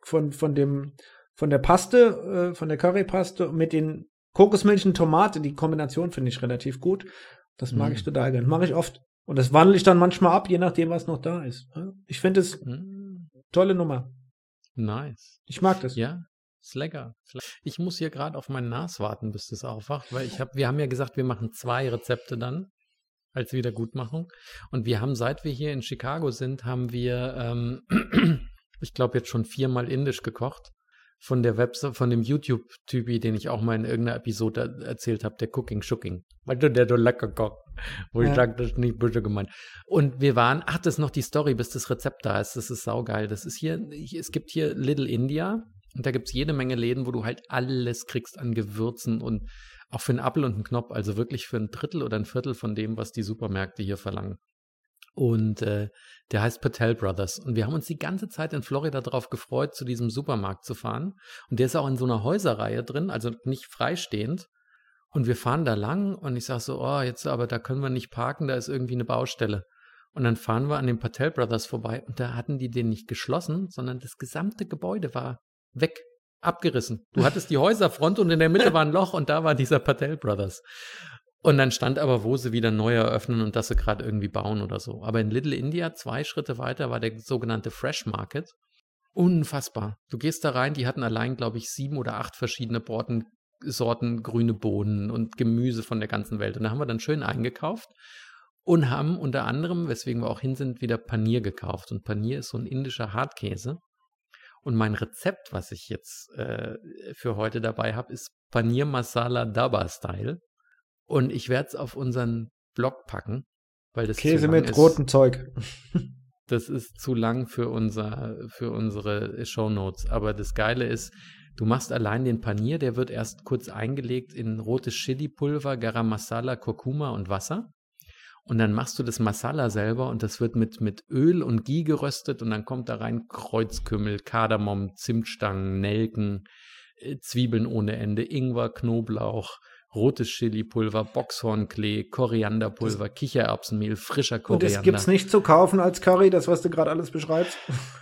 der Paste, von der Currypaste und mit den Kokosmilch und Tomate, die Kombination finde ich relativ gut. Das mag ich total gern. Mache ich oft. Und das wandle ich dann manchmal ab, je nachdem, was noch da ist. Ich finde es tolle Nummer. Nice. Ich mag das. Ja, ist lecker. Ich muss hier gerade auf mein Nas warten, bis das aufwacht, weil wir haben ja gesagt, wir machen 2 Rezepte dann als Wiedergutmachung. Und wir haben, seit wir hier in Chicago sind, haben wir, ich glaube, jetzt schon 4-mal indisch gekocht. Von der Website, von dem YouTube-Typi, den ich auch mal in irgendeiner Episode erzählt habe, der Cooking Shooking. Weil der so lecker kocht. Wo ich sage, das ist nicht böse gemeint. Und wir waren, das ist noch die Story, bis das Rezept da ist. Das ist saugeil. Das ist es gibt hier Little India und da gibt es jede Menge Läden, wo du halt alles kriegst an Gewürzen und auch für einen Apfel und einen Knopf, also wirklich für 1/3 oder 1/4 von dem, was die Supermärkte hier verlangen. Und der heißt Patel Brothers. Und wir haben uns die ganze Zeit in Florida darauf gefreut, zu diesem Supermarkt zu fahren. Und der ist auch in so einer Häuserreihe drin, also nicht freistehend. Und wir fahren da lang und ich sage so, jetzt aber da können wir nicht parken, da ist irgendwie eine Baustelle. Und dann fahren wir an den Patel Brothers vorbei und da hatten die den nicht geschlossen, sondern das gesamte Gebäude war weg, abgerissen. Du hattest die Häuserfront und in der Mitte war ein Loch und da war dieser Patel Brothers. Und dann stand aber, wo sie wieder neu eröffnen und dass sie gerade irgendwie bauen oder so. Aber in Little India, 2 Schritte weiter, war der sogenannte Fresh Market. Unfassbar. Du gehst da rein, die hatten allein, glaube ich, 7 oder 8 verschiedene Sorten grüne Bohnen und Gemüse von der ganzen Welt. Und da haben wir dann schön eingekauft und haben unter anderem, weswegen wir auch hin sind, wieder Paneer gekauft. Und Paneer ist so ein indischer Hartkäse. Und mein Rezept, was ich jetzt für heute dabei habe, ist Paneer Masala Dabba Style. Und ich werde es auf unseren Blog packen, weil das Käse zu lang mit ist. rotem Zeug. Das ist zu lang für unsere Shownotes. Aber das Geile ist, du machst allein den Panier, der wird erst kurz eingelegt in rotes Chili-Pulver, Garam Masala, Kurkuma und Wasser. Und dann machst du das Masala selber und das wird mit Öl und Ghee geröstet und dann kommt da rein Kreuzkümmel, Kardamom, Zimtstangen, Nelken, Zwiebeln ohne Ende, Ingwer, Knoblauch, rotes Chili-Pulver, Boxhornklee, Korianderpulver, Kichererbsenmehl, frischer Und Koriander. das gibt's nicht zu kaufen als Curry, das, was du gerade alles beschreibst?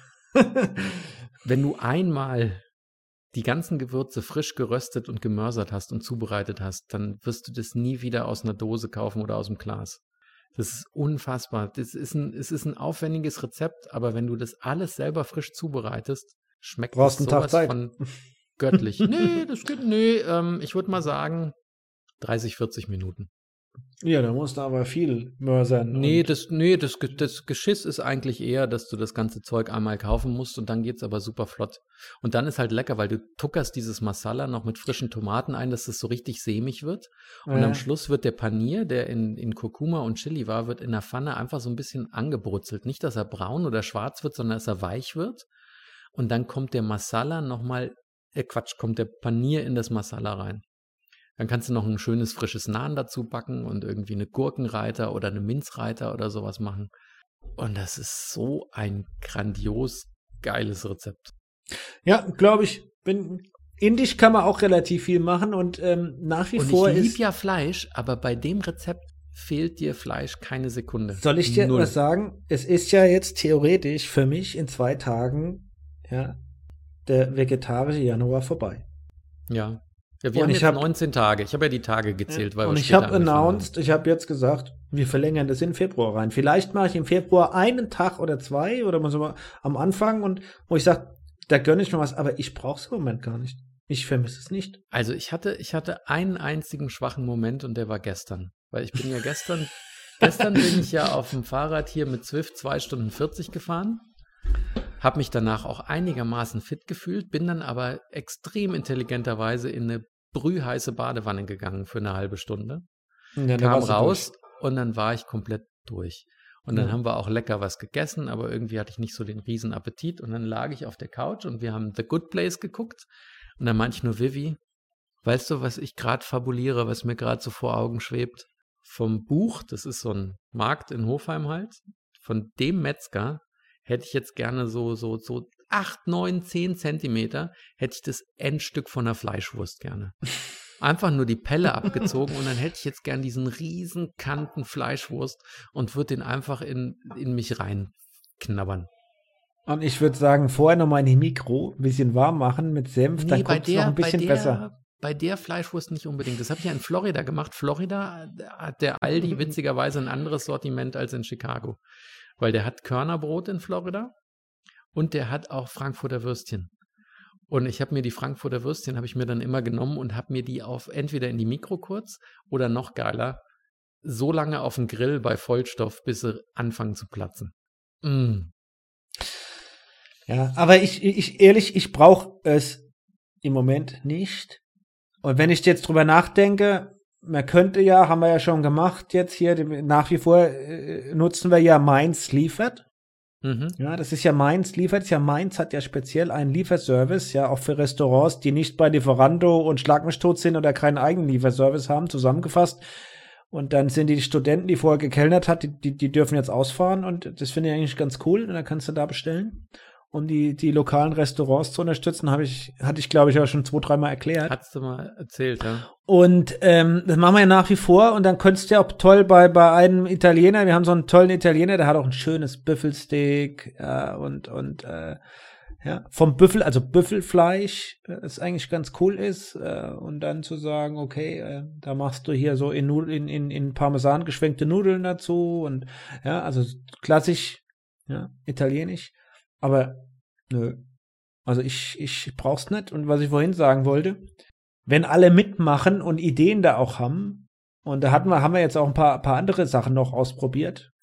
Wenn du einmal die ganzen Gewürze frisch geröstet und gemörsert hast und zubereitet hast, dann wirst du das nie wieder aus einer Dose kaufen oder aus dem Glas. Das ist unfassbar. Es ist ein aufwendiges Rezept, aber wenn du das alles selber frisch zubereitest, schmeckt es Brauchst einen Tag sowas Zeit. von göttlich. Ich würde mal sagen 30, 40 Minuten. Ja, da musst du aber viel mörsern. Das Geschiss ist eigentlich eher, dass du das ganze Zeug einmal kaufen musst und dann geht's aber super flott. Und dann ist halt lecker, weil du tuckerst dieses Masala noch mit frischen Tomaten ein, dass das so richtig sämig wird. Und am Schluss wird der Panier, der in Kurkuma und Chili war, wird in der Pfanne einfach so ein bisschen angebrutzelt. Nicht, dass er braun oder schwarz wird, sondern dass er weich wird. Und dann kommt der Masala kommt der Panier in das Masala rein. Dann kannst du noch ein schönes frisches Naan dazu backen und irgendwie eine Gurkenreiter oder eine Minzreiter oder sowas machen. Und das ist so ein grandios geiles Rezept. Ja, glaube ich. Indisch kann man auch relativ viel machen und nach wie vor ich ist... liebe ja Fleisch, aber bei dem Rezept fehlt dir Fleisch keine Sekunde. Soll ich dir Null. was sagen? Es ist ja jetzt theoretisch für mich in 2 Tagen der vegetarische Januar vorbei. Ja. Ja, wir haben jetzt 19 Tage. Ich habe ja die Tage gezählt, weil und wir ich habe jetzt gesagt, wir verlängern das in Februar rein. Vielleicht mache ich im Februar einen Tag oder 2 oder mal so am Anfang und wo ich sage, da gönne ich mir was, aber ich brauche es im Moment gar nicht. Ich vermisse es nicht. Also ich hatte einen einzigen schwachen Moment und der war gestern. Weil ich bin ja gestern bin ich ja auf dem Fahrrad hier mit Zwift 2 Stunden 40 gefahren. Habe mich danach auch einigermaßen fit gefühlt, bin dann aber extrem intelligenterweise in eine brühheiße Badewanne gegangen für eine halbe Stunde. Ja, kam raus und dann war ich komplett durch. Und dann haben wir auch lecker was gegessen, aber irgendwie hatte ich nicht so den riesen Appetit. Und dann lag ich auf der Couch und wir haben The Good Place geguckt. Und dann meinte ich nur, Vivi, weißt du, was ich gerade fabuliere, was mir gerade so vor Augen schwebt? Vom Buch, das ist so ein Markt in Hofheim halt, von dem Metzger hätte ich jetzt gerne so 8, 9, 10 Zentimeter, hätte ich das Endstück von einer Fleischwurst gerne. Einfach nur die Pelle abgezogen und dann hätte ich jetzt gern diesen riesen Kanten Fleischwurst und würde den einfach in mich reinknabbern. Und ich würde sagen, vorher noch mal in die Mikro, ein bisschen warm machen mit Senf, dann kommt es noch ein bisschen besser. Bei der Fleischwurst nicht unbedingt. Das habe ich ja in Florida gemacht. Florida hat der Aldi witzigerweise ein anderes Sortiment als in Chicago. Weil der hat Körnerbrot in Florida und der hat auch Frankfurter Würstchen. Und ich habe mir die Frankfurter Würstchen habe ich mir dann immer genommen und habe mir die entweder in die Mikro kurz oder noch geiler, so lange auf den Grill bei Vollstoff, bis sie anfangen zu platzen. Ja, aber ich brauche es im Moment nicht. Und wenn ich jetzt drüber nachdenke, man könnte ja, haben wir ja schon gemacht jetzt hier, nach wie vor nutzen wir ja Mainz liefert. Ja, das ist ja Mainz liefert. Ja, Mainz hat ja speziell einen Lieferservice, ja, auch für Restaurants, die nicht bei Lieferando und Schlag mich tot sind oder keinen eigenen Lieferservice haben, zusammengefasst. Und dann sind die Studenten, die vorher gekellnert hat, die dürfen jetzt ausfahren und das finde ich eigentlich ganz cool. Und dann kannst du da bestellen. Um die lokalen Restaurants zu unterstützen, hatte ich, glaube ich, auch schon 2-3 Mal erklärt. Hast du mal erzählt, ja. Und das machen wir ja nach wie vor. Und dann könntest du ja auch toll bei einem Italiener, wir haben so einen tollen Italiener, der hat auch ein schönes Büffelsteak vom Büffel, also Büffelfleisch, das eigentlich ganz cool ist. Und dann zu sagen, okay, da machst du hier so in Parmesan geschwenkte Nudeln dazu. Und ja, also klassisch, ja, italienisch. Aber nö, also ich brauch's nicht. Und was ich vorhin sagen wollte, wenn alle mitmachen und Ideen da auch haben, und da haben wir jetzt auch ein paar andere Sachen noch ausprobiert,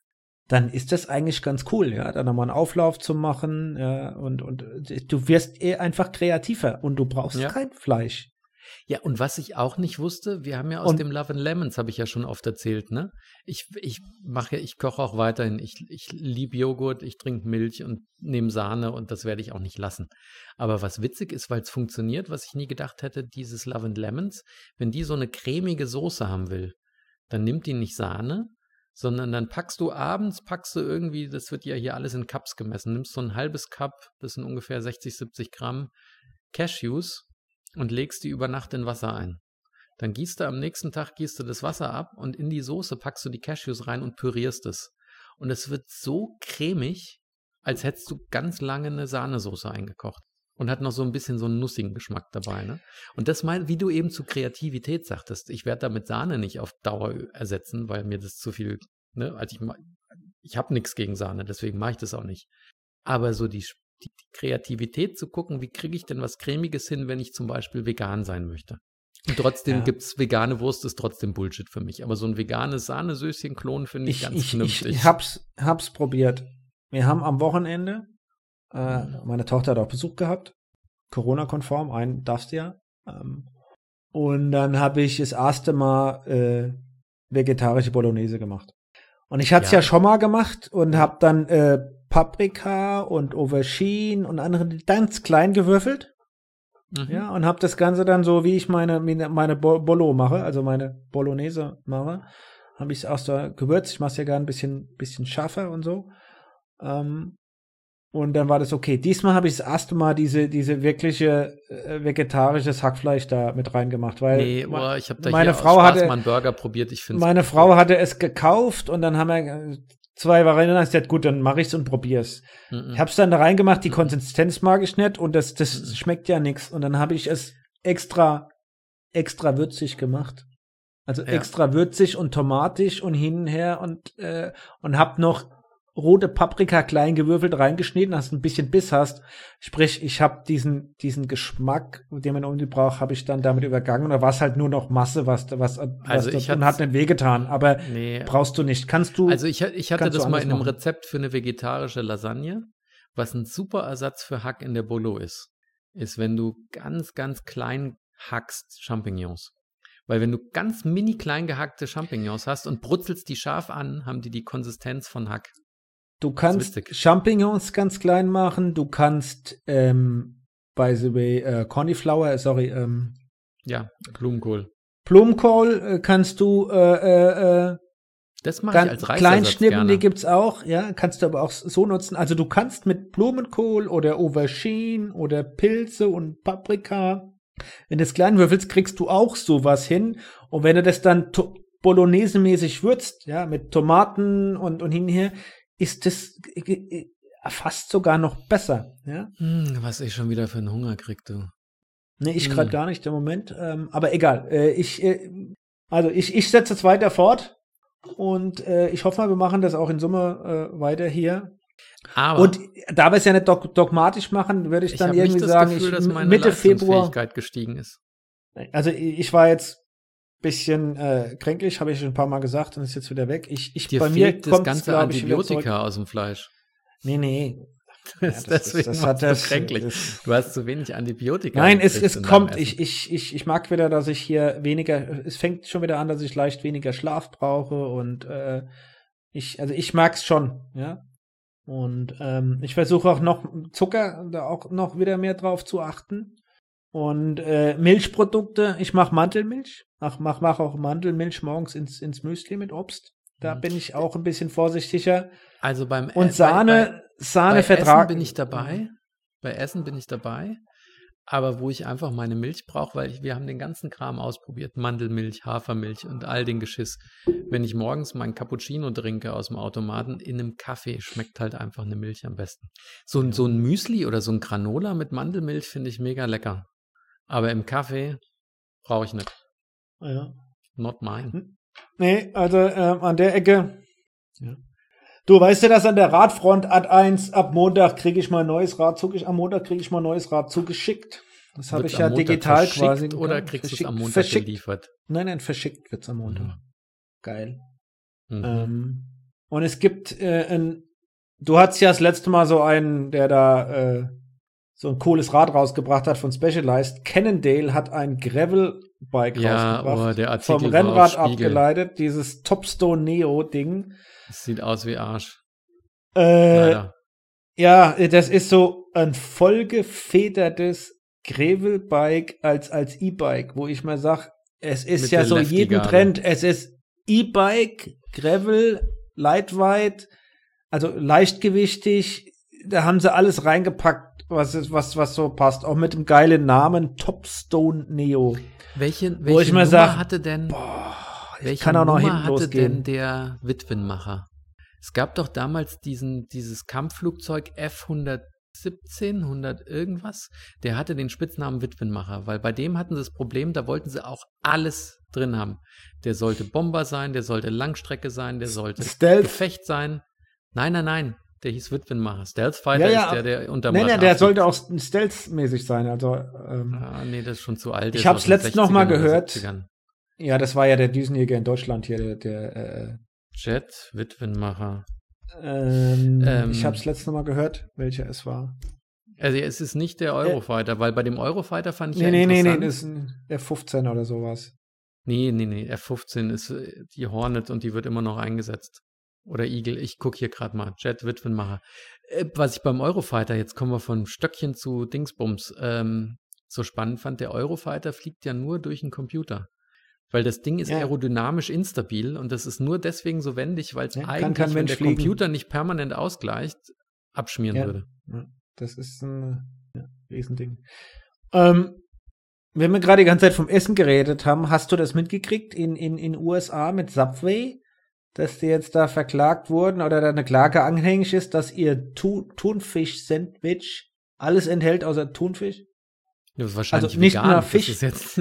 dann ist das eigentlich ganz cool, ja, da nochmal einen Auflauf zu machen, ja, und du wirst einfach kreativer und du brauchst kein Fleisch. Ja, und was ich auch nicht wusste, wir haben ja aus dem Love and Lemons, habe ich ja schon oft erzählt, ne? Ich koche auch weiterhin. Ich liebe Joghurt, ich trinke Milch und nehme Sahne und das werde ich auch nicht lassen. Aber was witzig ist, weil es funktioniert, was ich nie gedacht hätte, dieses Love and Lemons, wenn die so eine cremige Soße haben will, dann nimmt die nicht Sahne, sondern dann packst du irgendwie, das wird ja hier alles in Cups gemessen, nimmst so ein halbes Cup, das sind ungefähr 60, 70 Gramm Cashews, und legst die über Nacht in Wasser ein. Dann am nächsten Tag das Wasser ab und in die Soße packst du die Cashews rein und pürierst es. Und es wird so cremig, als hättest du ganz lange eine Sahnesoße eingekocht. Und hat noch so ein bisschen so einen nussigen Geschmack dabei, ne? Und das wie du eben zu Kreativität sagtest, ich werde damit Sahne nicht auf Dauer ersetzen, weil mir das zu viel, ne? Also ich habe nichts gegen Sahne, deswegen mache ich das auch nicht. Aber so die Kreativität zu gucken, wie kriege ich denn was Cremiges hin, wenn ich zum Beispiel vegan sein möchte. Und trotzdem gibt's vegane Wurst, ist trotzdem Bullshit für mich. Aber so ein veganes Sahnesöschen-Klon finde ich ganz vernünftig. Ich hab's probiert. Wir haben am Wochenende, meine Tochter hat auch Besuch gehabt, Corona-konform, einen darfst du ja. Und dann habe ich das erste Mal vegetarische Bolognese gemacht. Und ich hatte es ja schon mal gemacht und habe dann Paprika und Aubergine und andere ganz klein gewürfelt. Ja, und habe das Ganze dann so, wie ich meine Bolo mache, also meine Bolognese mache, habe ich es auch so gewürzt. Ich mache es ja gerne ein bisschen scharfer und so. Und dann war das okay. Diesmal habe ich das erste Mal diese wirkliche vegetarisches Hackfleisch da mit reingemacht, weil ich habe da meine hier Frau mal einen Burger probiert. Meine Frau hatte es gekauft und dann haben wir 2 Varianten. Ich gesagt, gut, dann mache ich es und probier's. Ich habe es dann da reingemacht. Die Konsistenz mag ich nicht und das schmeckt ja nichts. Und dann habe ich es extra würzig gemacht. Also extra würzig und tomatisch und hin und her und habe noch rote Paprika klein gewürfelt reingeschnitten, dass du ein bisschen Biss hast. Sprich, ich habe diesen Geschmack, den man irgendwie braucht, habe ich dann damit übergangen. Da war es halt nur noch Masse, was und hat nicht wehgetan. Aber brauchst du nicht. Kannst du. Also ich hatte das mal in einem Rezept für eine vegetarische Lasagne, was ein super Ersatz für Hack in der Bolo ist, wenn du ganz, ganz klein hackst Champignons. Weil wenn du ganz mini klein gehackte Champignons hast und brutzelst die scharf an, haben die Konsistenz von Hack. Du kannst Champignons ganz klein machen, du kannst, by the way, Cauliflower, Blumenkohl. Blumenkohl kannst du das mache ich als Reisersatz klein schnippen, gerne. Die gibt's auch, ja, kannst du aber auch so nutzen. Also du kannst mit Blumenkohl oder Aubergine oder Pilze und Paprika, wenn du es klein würfelst, kriegst du auch sowas hin. Und wenn du das dann Bolognese-mäßig würzt, ja, mit Tomaten und hin und her, ist das fast sogar noch besser, ja. Was ich schon wieder für einen Hunger krieg, du. Nee, ich gerade gar nicht im Moment, aber egal. Ich setze es weiter fort und ich hoffe mal, wir machen das auch in Summe weiter hier. Und da wir es ja nicht dogmatisch machen, würde ich dann irgendwie sagen, Gefühl, dass meine Mitte Februar Leistungsfähigkeit gestiegen ist. Also ich war jetzt bisschen kränklich, habe ich schon ein paar Mal gesagt und ist jetzt wieder weg. Bei mir kommt das ganze Antibiotika aus dem Fleisch. Nee. Deswegen warst du kränklich. Du hast zu wenig Antibiotika. Nein, es kommt. Ich mag wieder, dass ich hier weniger, es fängt schon wieder an, dass ich leicht weniger Schlaf brauche und ich mag's schon, ja. Und ich versuche auch noch Zucker, da auch noch wieder mehr drauf zu achten. Und Milchprodukte, ich mache Mandelmilch. Mach auch Mandelmilch morgens ins Müsli mit Obst. Da bin ich auch ein bisschen vorsichtiger. Also und Sahne vertragen. Bei Essen bin ich dabei. Aber wo ich einfach meine Milch brauche, weil wir haben den ganzen Kram ausprobiert. Mandelmilch, Hafermilch und all den Geschiss. Wenn ich morgens meinen Cappuccino trinke aus dem Automaten, in einem Kaffee schmeckt halt einfach eine Milch am besten. So ein Müsli oder so ein Granola mit Mandelmilch finde ich mega lecker. Aber im Kaffee brauche ich nicht. Ja. Not mine. Nee, also an der Ecke. Ja. Du weißt ja, dass an der Radfront Ad1 am Montag kriege ich mal ein neues Rad zugeschickt. Das habe ich ja digital quasi. Oder kriegst du es am Montag geliefert? Nein, verschickt wird's am Montag. Geil. Und es gibt du hattest ja das letzte Mal so einen, der da so ein cooles Rad rausgebracht hat von Specialized. Cannondale hat ein Gravel-Bike rausgebracht. Der Artikel vom war Rennrad auf Spiegel. abgeleitet, dieses Topstone Neo-Ding. Das sieht aus wie Arsch. Leider. Ja, das ist so ein vollgefedertes Gravel-Bike als E-Bike, wo ich mal sag, es ist Mit ja der so jeden Lefty-Gabel. Trend. Es ist E-Bike, Gravel, Lightweight, also leichtgewichtig. Da haben sie alles reingepackt, was so passt. Auch mit dem geilen Namen Topstone Neo. Welche Wo ich mal Nummer sag, hatte denn, ich kann auch noch hinten hatte losgehen. denn der Witwenmacher? Es gab doch damals dieses Kampfflugzeug F-117, 100 irgendwas. Der hatte den Spitznamen Witwenmacher, weil bei dem hatten sie das Problem, da wollten sie auch alles drin haben. Der sollte Bomber sein, der sollte Langstrecke sein, der sollte Stealth. Gefecht sein. Nein, der hieß Witwenmacher. Stealth Fighter ist der unterm Nein, Radar der fliegt. sollte auch stealth-mäßig sein. Also, Nee, das ist schon zu alt. der ich ist hab's aus den letztens noch mal 60ern oder gehört. 70ern. ja, das war ja der Düsenjäger in Deutschland hier, der Jet Witwenmacher. ich hab's letztes Mal gehört, welcher es war. Also es ist nicht der Eurofighter, weil bei dem Eurofighter fand ich Nee, interessant. das ist ein F-15 oder sowas. Nee, F-15 ist die Hornet und die wird immer noch eingesetzt. Oder Eagle, ich gucke hier gerade mal, Jet Witwenmacher. Was ich beim Eurofighter, jetzt kommen wir von Stöckchen zu Dingsbums, so spannend fand, der Eurofighter fliegt ja nur durch einen Computer. Weil das Ding ist aerodynamisch instabil und das ist nur deswegen so wendig, weil es eigentlich, kein wenn Mensch der fliegen. Computer nicht permanent ausgleicht, abschmieren würde. Ja, das ist ein Riesending. Wenn wir gerade die ganze Zeit vom Essen geredet haben, hast du das mitgekriegt in USA mit Subway, dass die jetzt da verklagt wurden oder da eine Klage anhängig ist, dass ihr Thunfisch-Sandwich alles enthält außer Thunfisch? Das ist wahrscheinlich Also nicht vegan. nur Das Fisch. ist jetzt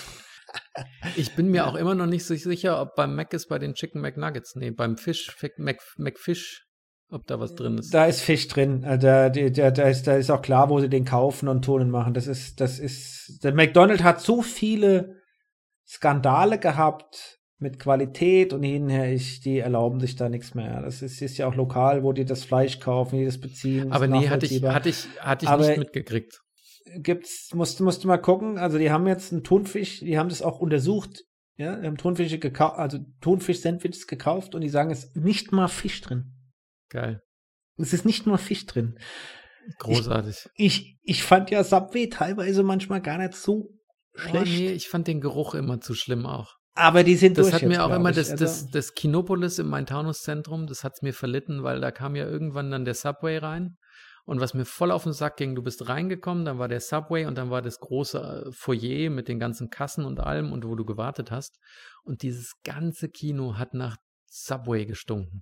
ich bin mir auch immer noch nicht so sicher, ob beim Mac ist bei den Chicken McNuggets. Nee, beim McFish, ob da was drin ist. Da ist Fisch drin. Da ist auch klar, wo sie den kaufen und Tonen machen. Der McDonald's hat so viele Skandale gehabt mit Qualität und hinher, die erlauben sich da nichts mehr. Das ist ja auch lokal, wo die das Fleisch kaufen, die das beziehen. Aber nee, hatte ich Aber nicht mitgekriegt. musst du mal gucken, also die haben jetzt einen Thunfisch, die haben das auch untersucht, ja, die haben Thunfische gekauft, also Thunfisch-Sandwiches gekauft und die sagen, es ist nicht mal Fisch drin. Geil. Es ist nicht mal Fisch drin. Großartig. Ich fand ja Subway teilweise manchmal gar nicht so schlecht. Nee, ich fand den Geruch immer zu schlimm auch. Aber die sind Das durch hat jetzt, mir auch glaub immer ich. das Kinopolis im Main-Taunus-Zentrum, das hat's mir verlitten, weil da kam ja irgendwann dann der Subway rein. Und was mir voll auf den Sack ging, du bist reingekommen, dann war der Subway und dann war das große Foyer mit den ganzen Kassen und allem und wo du gewartet hast. Und dieses ganze Kino hat nach Subway gestunken.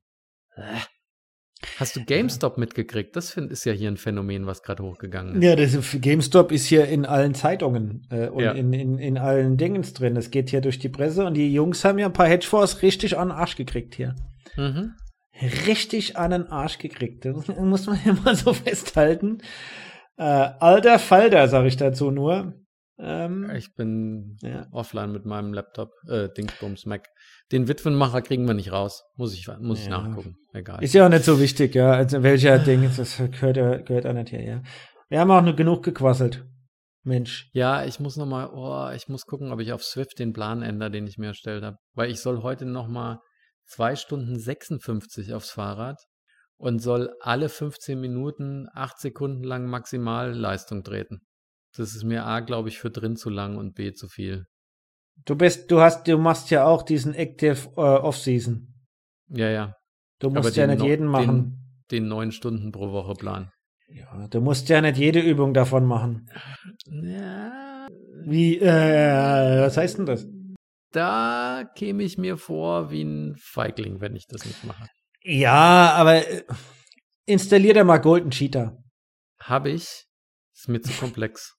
Hast du GameStop mitgekriegt? Das ist ja hier ein Phänomen, was gerade hochgegangen ist. Ja, das GameStop ist hier in allen Zeitungen und Ja. in allen Dingens drin. Das geht hier durch die Presse und die Jungs haben ja ein paar Hedgefonds richtig an den Arsch gekriegt hier. Mhm. Richtig an den Arsch gekriegt. Das muss man ja mal so festhalten. Alter Falter, sag ich dazu nur. Ich bin Ja. offline mit meinem Laptop, Dingsbums Mac. Den Witwenmacher kriegen wir nicht raus. Muss ich Ja. nachgucken. Egal. Ist ja auch nicht so wichtig, ja. Also welcher Ding, das gehört auch nicht hier, ja. Wir haben auch nur genug gequasselt. Mensch. Ja, ich muss ich muss gucken, ob ich auf Swift den Plan ändere, den ich mir erstellt habe. Weil ich soll heute nochmal 2 Stunden 56 aufs Fahrrad und soll alle 15 Minuten 8 Sekunden lang Maximalleistung treten. Das ist mir A, glaube ich, für drin zu lang und B, zu viel. Du machst ja auch diesen Active Off-Season. Ja. Du Aber musst ja nicht jeden machen. Den 9 Stunden pro Woche Plan. Ja, du musst ja nicht jede Übung davon machen. Ja, Wie, was heißt denn das? da käme ich mir vor wie ein Feigling, wenn ich das nicht mache. Ja, aber installier da mal Golden Cheetah. Habe ich, ist mir zu komplex.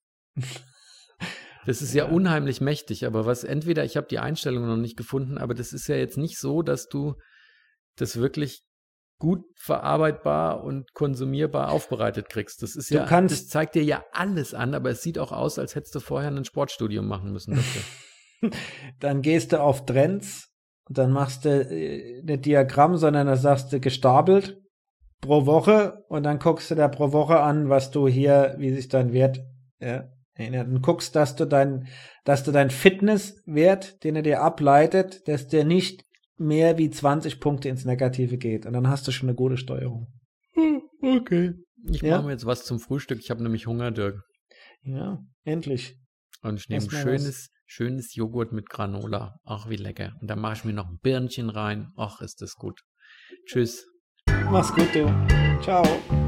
Das ist ja unheimlich mächtig, aber entweder ich habe die Einstellung noch nicht gefunden, aber das ist ja jetzt nicht so, dass du das wirklich gut verarbeitbar und konsumierbar aufbereitet kriegst. Das ist das zeigt dir ja alles an, aber es sieht auch aus, als hättest du vorher ein Sportstudium machen müssen dafür. Dann gehst du auf Trends Und dann machst du nicht Diagramm, sondern da sagst du gestapelt pro Woche und dann guckst du da pro Woche an, was du hier, wie sich dein Wert erinnert. Und guckst, dass du dein Fitnesswert, den er dir ableitet, dass der nicht mehr wie 20 Punkte ins Negative geht. Und dann hast du schon eine gute Steuerung. Okay. Ich Ja. mache mir jetzt was zum Frühstück. Ich habe nämlich Hunger, Dirk. Ja, endlich. Und ich nehme Erst mal schönes Joghurt mit Granola. Ach, wie lecker. Und dann mache ich mir noch ein Birnchen rein. Ach, ist das gut. Tschüss. Mach's gut, du. Ciao.